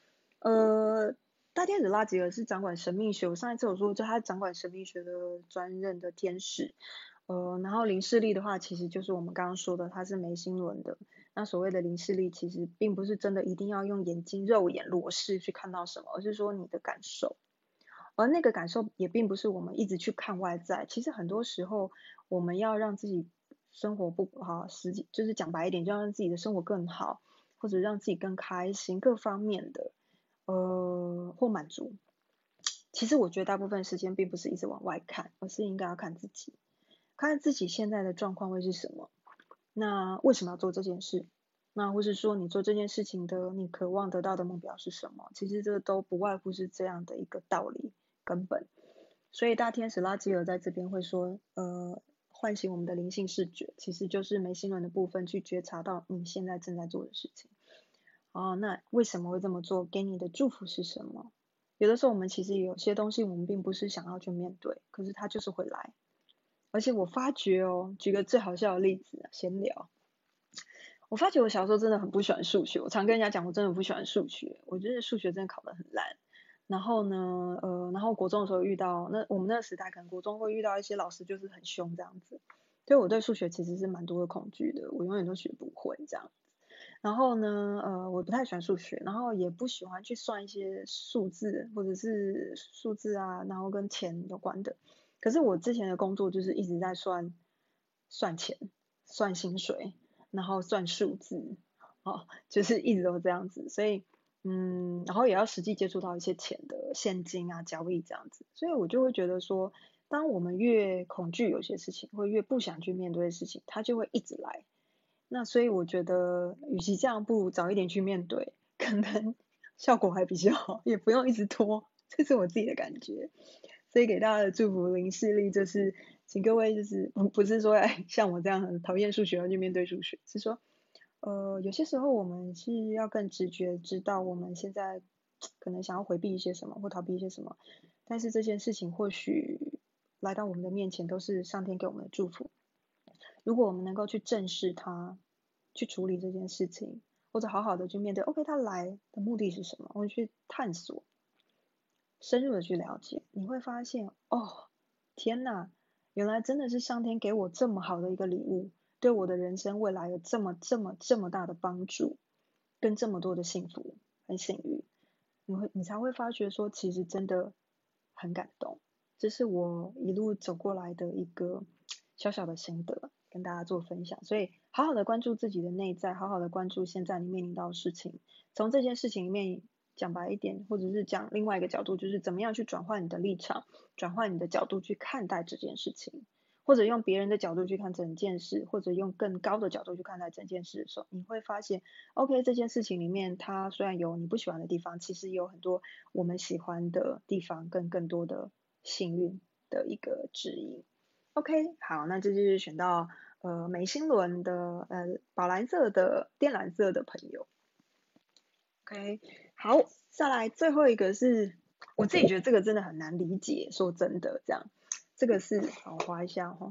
呃，大天使拉吉尔是掌管神秘学，我上一次有说，就他掌管神秘学的专任的天使。呃，然后灵视力的话，其实就是我们刚刚说的，它是眉心轮的。那所谓的灵视力，其实并不是真的一定要用眼睛肉眼裸视去看到什么，而是说你的感受。而那个感受也并不是我们一直去看外在，其实很多时候我们要让自己生活不好，实际就是讲白一点，就要让自己的生活更好，或者让自己更开心，各方面的呃或满足。其实我觉得大部分时间并不是一直往外看，而是应该要看自己，看自己现在的状况会是什么，那为什么要做这件事？那或是说你做这件事情的你渴望得到的目标是什么？其实这都不外乎是这样的一个道理根本。所以大天使拉吉尔在这边会说，呃，唤醒我们的灵性视觉，其实就是眉心轮的部分去觉察到你现在正在做的事情。哦，那为什么会这么做？给你的祝福是什么？有的时候我们其实有些东西我们并不是想要去面对，可是它就是会来。而且我发觉哦，举个最好笑的例子，闲聊。我发觉我小时候真的很不喜欢数学，我常跟人家讲我真的不喜欢数学，我觉得数学真的考得很烂。然后呢，呃，然后国中的时候遇到，那我们那个时代可能国中会遇到一些老师就是很凶这样子，所以我对数学其实是蛮多的恐惧的，我永远都学不会这样。然后呢，呃，我不太喜欢数学，然后也不喜欢去算一些数字或者是数字啊，然后跟钱有关的。可是我之前的工作就是一直在算算钱、算薪水，然后算数字，哦，就是一直都这样子，所以嗯，然后也要实际接触到一些钱的现金啊交易这样子，所以我就会觉得说，当我们越恐惧有些事情，或越不想去面对的事情，它就会一直来。那所以我觉得，与其这样，不如早一点去面对，可能效果还比较好，也不用一直拖，这是我自己的感觉。所以给大家的祝福零视力就是，请各位就是不不是说哎像我这样很讨厌数学要去面对数学，是说呃有些时候我们是要更直觉知道我们现在可能想要回避一些什么或逃避一些什么，但是这件事情或许来到我们的面前都是上天给我们的祝福。如果我们能够去正视它，去处理这件事情，或者好好的去面对，OK，它来的目的是什么？我们去探索，深入的去了解，你会发现，哦，天哪，原来真的是上天给我这么好的一个礼物，对我的人生未来有这么这么这么大的帮助，跟这么多的幸福，很幸运，你会你才会发觉说，其实真的很感动。这是我一路走过来的一个小小的心得，跟大家做分享。所以，好好的关注自己的内在，好好的关注现在你面临到的事情，从这件事情里面讲白一点，或者是讲另外一个角度，就是怎么样去转换你的立场，转换你的角度去看待这件事情，或者用别人的角度去看整件事，或者用更高的角度去看待整件事的时候，你会发现，OK，这件事情里面它虽然有你不喜欢的地方，其实有很多我们喜欢的地方，跟更多的幸运的一个指引。OK，好，那这就是选到呃眉心轮的呃宝蓝色的靛蓝色的朋友。OK，好，再来最后一个是我自己觉得这个真的很难理解，说真的，这样，这个是好我划一下哈。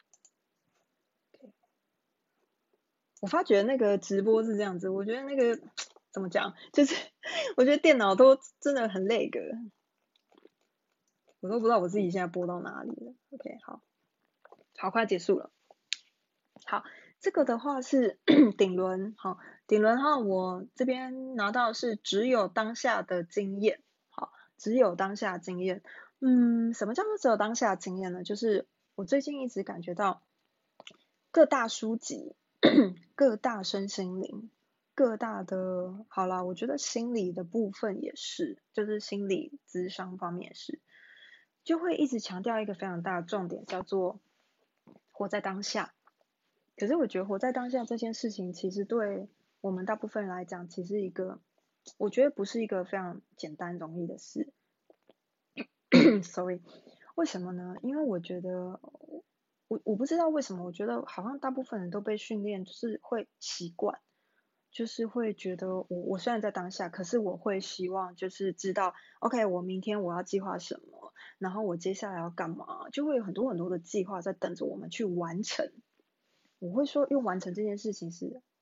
我发觉那个直播是这样子，我觉得那个怎么讲，就是我觉得电脑都真的很累个，我都不知道我自己现在播到哪里了。OK，好，好，快结束了。好，这个的话是顶轮，好，顶轮哈，我这边拿到是只有当下的经验，好，只有当下经验，嗯，什么叫做只有当下经验呢？就是我最近一直感觉到各大书籍、各大身心灵、各大的，好啦，我觉得心理的部分也是，就是心理咨商方面也是，就会一直强调一个非常大的重点，叫做活在当下。可是我觉得活在当下这件事情，其实对我们大部分人来讲，其实一个，我觉得不是一个非常简单容易的事。Sorry，为什么呢？因为我觉得，我我不知道为什么，我觉得好像大部分人都被训练，就是会习惯，就是会觉得我我虽然在当下，可是我会希望就是知道，OK，我明天我要计划什么，然后我接下来要干嘛，就会有很多很多的计划在等着我们去完成。我会说用完成这件事情是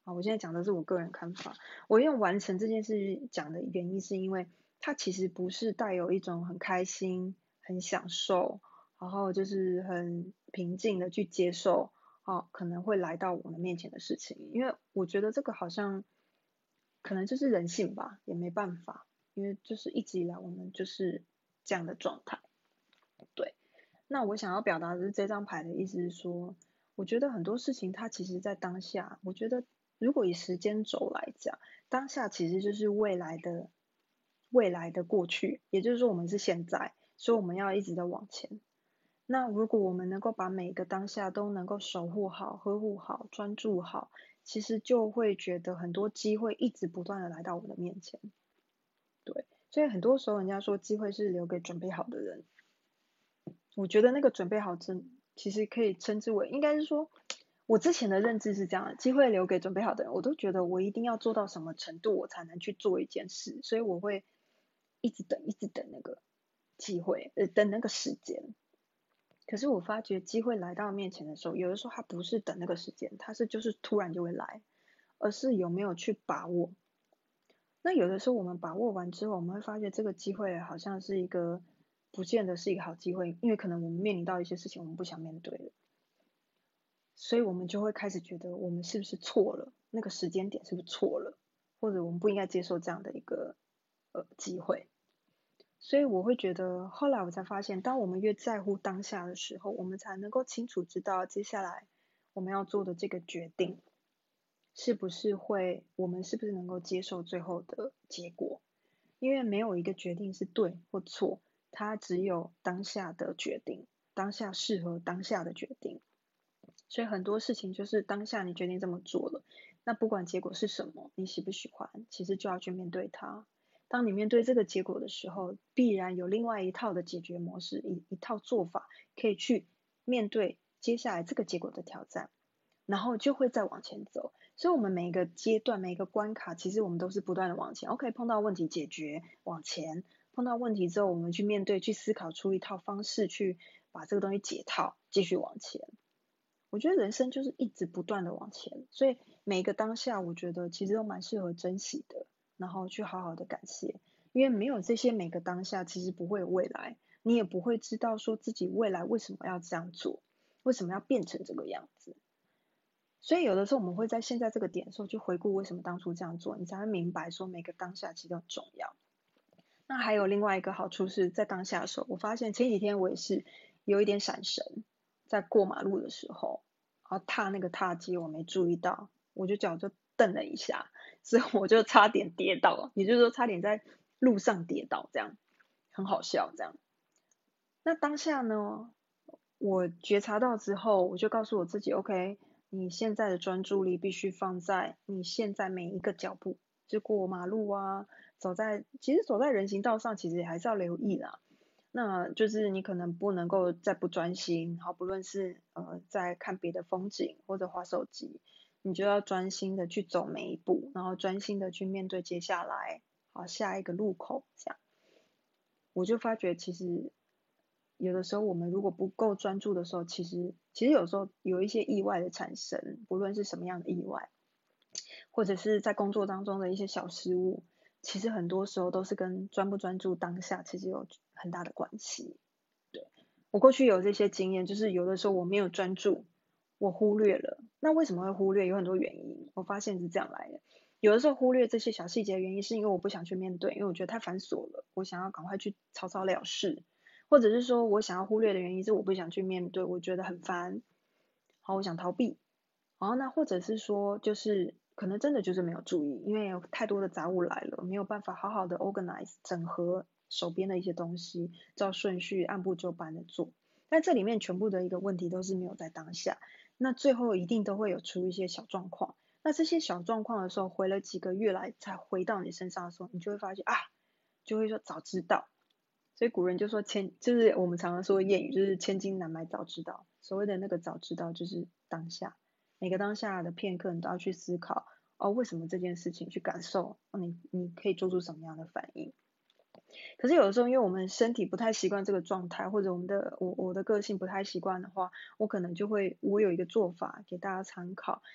好，我现在讲的是我个人看法。我用完成这件事讲的原因，是因为它其实不是带有一种很开心、很享受，然后就是很平静的去接受，哦，可能会来到我们面前的事情。因为我觉得这个好像可能就是人性吧，也没办法，因为就是一直以来我们就是这样的状态。对，那我想要表达的是这张牌的意思是说，我觉得很多事情它其实在当下，我觉得如果以时间轴来讲，当下其实就是未来的未来的过去，也就是说我们是现在，所以我们要一直的往前。那如果我们能够把每个当下都能够守护好、呵护好、专注好，其实就会觉得很多机会一直不断的来到我们的面前。对，所以很多时候人家说机会是留给准备好的人，我觉得那个准备好真其实可以称之为，应该是说，我之前的认知是这样的，机会留给准备好的人，我都觉得我一定要做到什么程度，我才能去做一件事，所以我会一直等，一直等那个机会，呃，等那个时间。可是我发觉机会来到面前的时候，有的时候它不是等那个时间，它是就是突然就会来，而是有没有去把握。那有的时候我们把握完之后，我们会发现这个机会好像是一个不见得是一个好机会，因为可能我们面临到一些事情我们不想面对了，所以我们就会开始觉得我们是不是错了，那个时间点是不是错了，或者我们不应该接受这样的一个呃机会。所以我会觉得，后来我才发现，当我们越在乎当下的时候，我们才能够清楚知道接下来我们要做的这个决定，是不是会，我们是不是能够接受最后的结果。因为没有一个决定是对或错，它只有当下的决定，当下适合当下的决定。所以很多事情就是当下你决定这么做了，那不管结果是什么，你喜不喜欢，其实就要去面对它。当你面对这个结果的时候，必然有另外一套的解决模式，一一套做法可以去面对接下来这个结果的挑战，然后就会再往前走。所以，我们每一个阶段、每一个关卡，其实我们都是不断的往前。OK，碰到问题解决，往前；碰到问题之后，我们去面对，去思考出一套方式，去把这个东西解套，继续往前。我觉得人生就是一直不断的往前，所以每一个当下，我觉得其实都蛮适合珍惜的，然后去好好的感谢，因为没有这些每个当下，其实不会有未来，你也不会知道说自己未来为什么要这样做，为什么要变成这个样子。所以有的时候我们会在现在这个点的时候去回顾为什么当初这样做，你才会明白说每个当下其实都很重要。那还有另外一个好处是在当下的时候，我发现前几天我也是有一点闪神，在过马路的时候，然后踏那个踏阶我没注意到，我就脚就蹬了一下，所以我就差点跌倒，也就是说差点在路上跌倒，这样很好笑这样。那当下呢，我觉察到之后，我就告诉我自己 OK，你现在的专注力必须放在你现在每一个脚步，就过马路啊，走在其实走在人行道上，其实也还是要留意啦。那就是你可能不能够再不专心，好，不论是呃在看别的风景或者滑手机，你就要专心的去走每一步，然后专心的去面对接下来好下一个路口这样。我就发觉其实有的时候我们如果不够专注的时候，其实其实有时候有一些意外的产生，不论是什么样的意外，或者是在工作当中的一些小失误，其实很多时候都是跟专不专注当下其实有很大的关系。对，我过去有这些经验，就是有的时候我没有专注，我忽略了。那为什么会忽略？有很多原因，我发现是这样来的。有的时候忽略这些小细节的原因，是因为我不想去面对，因为我觉得太繁琐了，我想要赶快去草草了事，或者是说我想要忽略的原因是我不想去面对，我觉得很烦，好，我想逃避。然后那或者是说，就是可能真的就是没有注意，因为有太多的杂物来了，没有办法好好的 organize 整合手边的一些东西，照顺序按部就班的做。但这里面全部的一个问题都是没有在当下，那最后一定都会有出一些小状况。那这些小状况的时候，回了几个月来才回到你身上的时候，你就会发现啊，就会说早知道。所以古人就说千，就是我们常常说的谚语，就是千金难买早知道。所谓的那个早知道，就是当下，每个当下的片刻，你都要去思考，哦，为什么这件事情，去感受，哦，你你可以做出什么样的反应。可是有的时候，因为我们身体不太习惯这个状态，或者我们的我我的个性不太习惯的话，我可能就会我有一个做法给大家参考。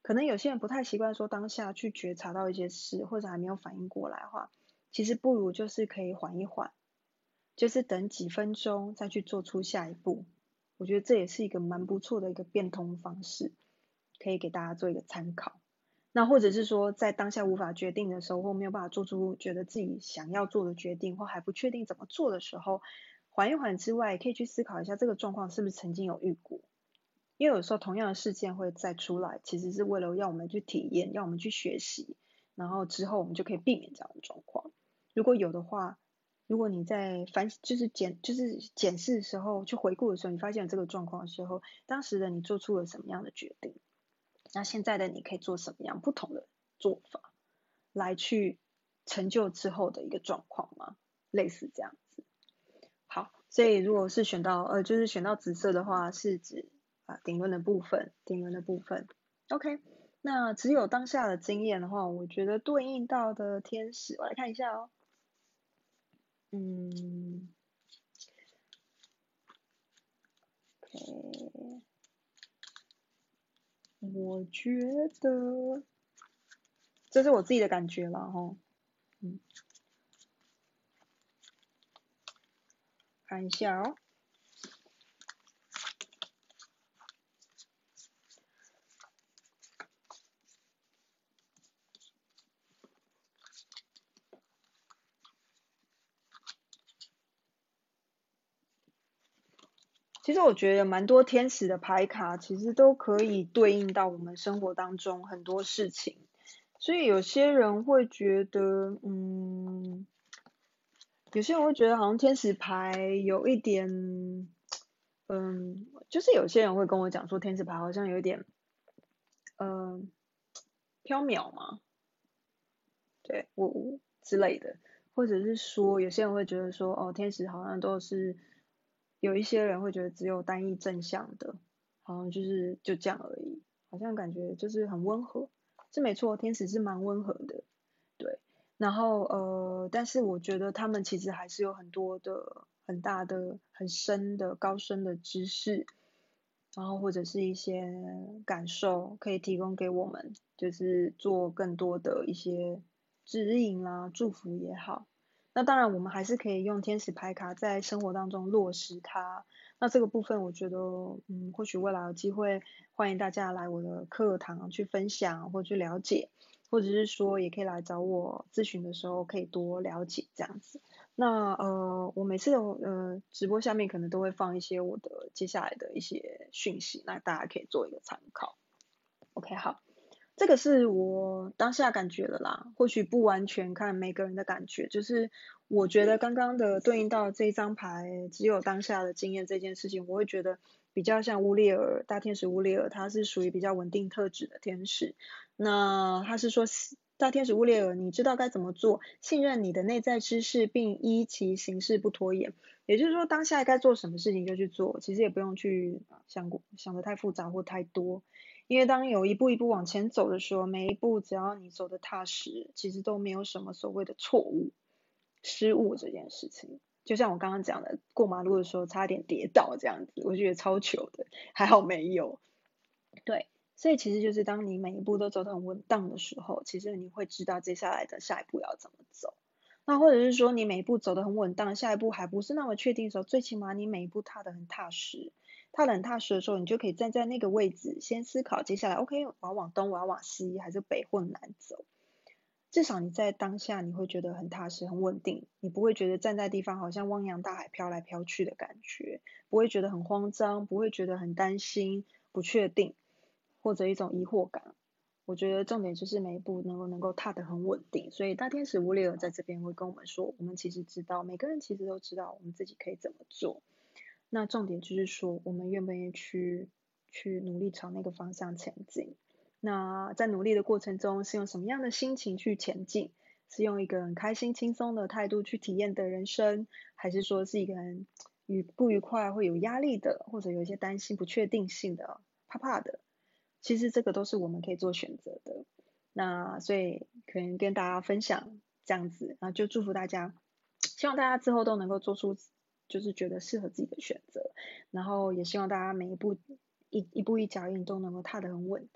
可能有些人不太习惯说当下去觉察到一些事，或者还没有反应过来的话，其实不如就是可以缓一缓，就是等几分钟再去做出下一步。我觉得这也是一个蛮不错的一个变通方式，可以给大家做一个参考。那或者是说在当下无法决定的时候，或没有办法做出觉得自己想要做的决定，或还不确定怎么做的时候，缓一缓之外，也可以去思考一下这个状况是不是曾经有遇过。因为有时候同样的事件会再出来，其实是为了要我们去体验，要我们去学习，然后之后我们就可以避免这样的状况。如果有的话，如果你在反就是检就是检视的时候，去回顾的时候，你发现有这个状况的时候，当时的你做出了什么样的决定？那现在的你可以做什么样不同的做法，来去成就之后的一个状况吗？类似这样子。好，所以如果是选到呃，就是选到紫色的话，是指啊顶轮的部分，顶轮的部分。OK，那只有当下的经验的话，我觉得对应到的天使，我来看一下哦。嗯，OK，我觉得这是我自己的感觉了哈。嗯，看一下哦。其实我觉得蛮多天使的牌卡，其实都可以对应到我们生活当中很多事情。所以有些人会觉得，嗯，有些人会觉得好像天使牌有一点，嗯，就是有些人会跟我讲说天使牌好像有一点，嗯，缥缈嘛，对，我我之类的，或者是说有些人会觉得说，哦，天使好像都是有一些人会觉得只有单一正向的，好像就是就这样而已，好像感觉就是很温和，是没错，天使是蛮温和的，对，然后呃，但是我觉得他们其实还是有很多的很大的很深的高深的知识，然后或者是一些感受可以提供给我们，就是做更多的一些指引啦、祝福也好。那当然，我们还是可以用天使牌卡在生活当中落实它。那这个部分，我觉得，嗯，或许未来有机会，欢迎大家来我的课堂去分享或去了解，或者是说，也可以来找我咨询的时候，可以多了解这样子。那呃，我每次的呃直播下面可能都会放一些我的接下来的一些讯息，那大家可以做一个参考。OK，好。这个是我当下感觉的啦，或许不完全看每个人的感觉，就是我觉得刚刚的对应到这一张牌，只有当下的经验这件事情，我会觉得比较像乌列尔大天使乌列尔，他是属于比较稳定特质的天使。那他是说大天使乌列尔，你知道该怎么做，信任你的内在知识，并依其行事不拖延。也就是说，当下该做什么事情就去做，其实也不用去想过想的太复杂或太多。因为当有一步一步往前走的时候，每一步只要你走的踏实，其实都没有什么所谓的错误、失误这件事情。就像我刚刚讲的，过马路的时候差点跌倒这样子，我觉得超糗的，还好没有。对，所以其实就是当你每一步都走得很稳当的时候，其实你会知道接下来的下一步要怎么走。那或者是说你每一步走得很稳当，下一步还不是那么确定的时候，最起码你每一步踏得很踏实。踏得很踏实的时候，你就可以站在那个位置，先思考接下来，OK，我要往东，我要往西，还是北或南走。至少你在当下你会觉得很踏实、很稳定，你不会觉得站在地方好像汪洋大海飘来飘去的感觉，不会觉得很慌张，不会觉得很担心、不确定，或者一种疑惑感。我觉得重点就是每一步能够能够踏得很稳定，所以大天使乌里尔在这边会跟我们说，我们其实知道，每个人其实都知道我们自己可以怎么做。那重点就是说，我们愿不愿意去去努力朝那个方向前进？那在努力的过程中，是用什么样的心情去前进？是用一个很开心、轻松的态度去体验的人生，还是说是一个人愉不愉快、会有压力的，或者有一些担心、不确定性的、怕怕的？其实这个都是我们可以做选择的。那所以可能跟大家分享这样子，然后就祝福大家，希望大家之后都能够做出就是觉得适合自己的选择，然后也希望大家每一步一一步一脚印都能够踏得很稳健，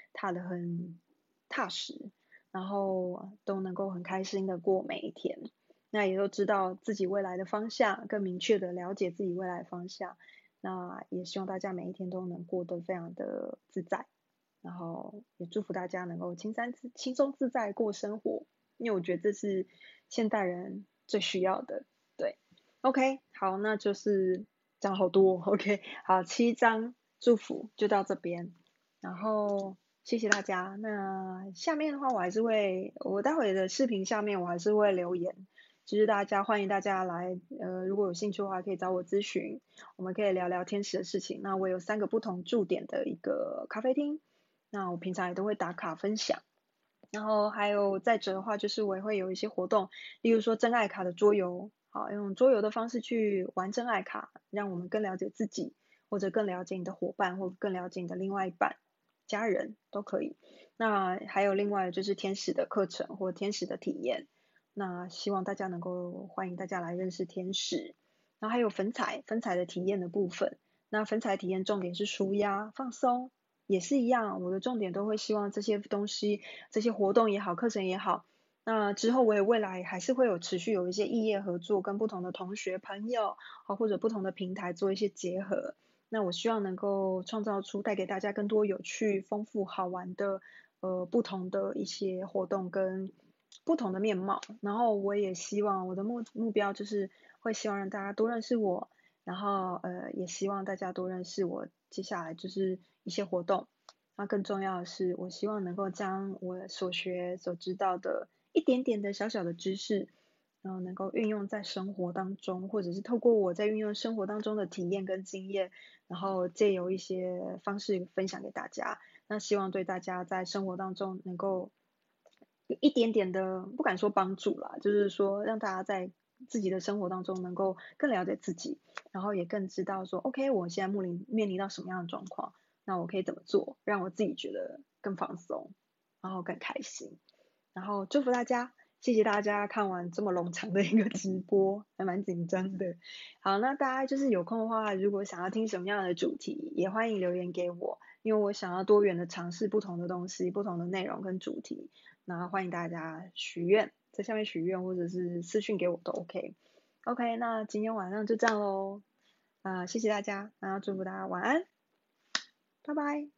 踏得很踏实，然后都能够很开心的过每一天。那也都知道自己未来的方向，更明确的了解自己未来的方向。那也希望大家每一天都能过得非常的自在，然后也祝福大家能够轻松自轻松自在过生活，因为我觉得这是现代人最需要的。对 ，OK， 好，那就是讲好多 ，OK， 好，七张祝福就到这边，然后谢谢大家。那下面的话，我还是会，我待会的视频下面我还是会留言。就是大家欢迎大家来，呃，如果有兴趣的话，可以找我咨询，我们可以聊聊天使的事情。那我有三个不同驻点的一个咖啡厅，那我平常也都会打卡分享。然后还有再者的话，就是我也会有一些活动，例如说真爱卡的桌游，好，用桌游的方式去玩真爱卡，让我们更了解自己，或者更了解你的伙伴，或更了解你的另外一半、家人都可以。那还有另外就是天使的课程或天使的体验。那希望大家能够欢迎大家来认识天使，然后还有粉彩粉彩的体验的部分。那粉彩体验重点是舒压放松，也是一样，我的重点都会希望这些东西，这些活动也好，课程也好，那之后我也未来还是会有持续有一些异业合作，跟不同的同学朋友，好或者不同的平台做一些结合。那我希望能够创造出带给大家更多有趣、丰富、好玩的呃不同的一些活动跟不同的面貌。然后我也希望我的目目标就是会希望让大家多认识我，然后呃也希望大家多认识我接下来就是一些活动。那更重要的是，我希望能够将我所学所知道的一点点的小小的知识，然后能够运用在生活当中，或者是透过我在运用生活当中的体验跟经验，然后借由一些方式分享给大家。那希望对大家在生活当中能够有一点点的，不敢说帮助啦，就是说让大家在自己的生活当中能够更了解自己，然后也更知道说，OK，我现在面临面临到什么样的状况，那我可以怎么做，让我自己觉得更放松，然后更开心，然后祝福大家。谢谢大家看完这么冗长的一个直播，还蛮紧张的。好，那大家就是有空的话，如果想要听什么样的主题，也欢迎留言给我，因为我想要多元的尝试不同的东西、不同的内容跟主题。那欢迎大家许愿，在下面许愿或者是私讯给我都 OK。OK，那今天晚上就这样喽。啊、谢谢大家，然后祝福大家晚安，拜拜。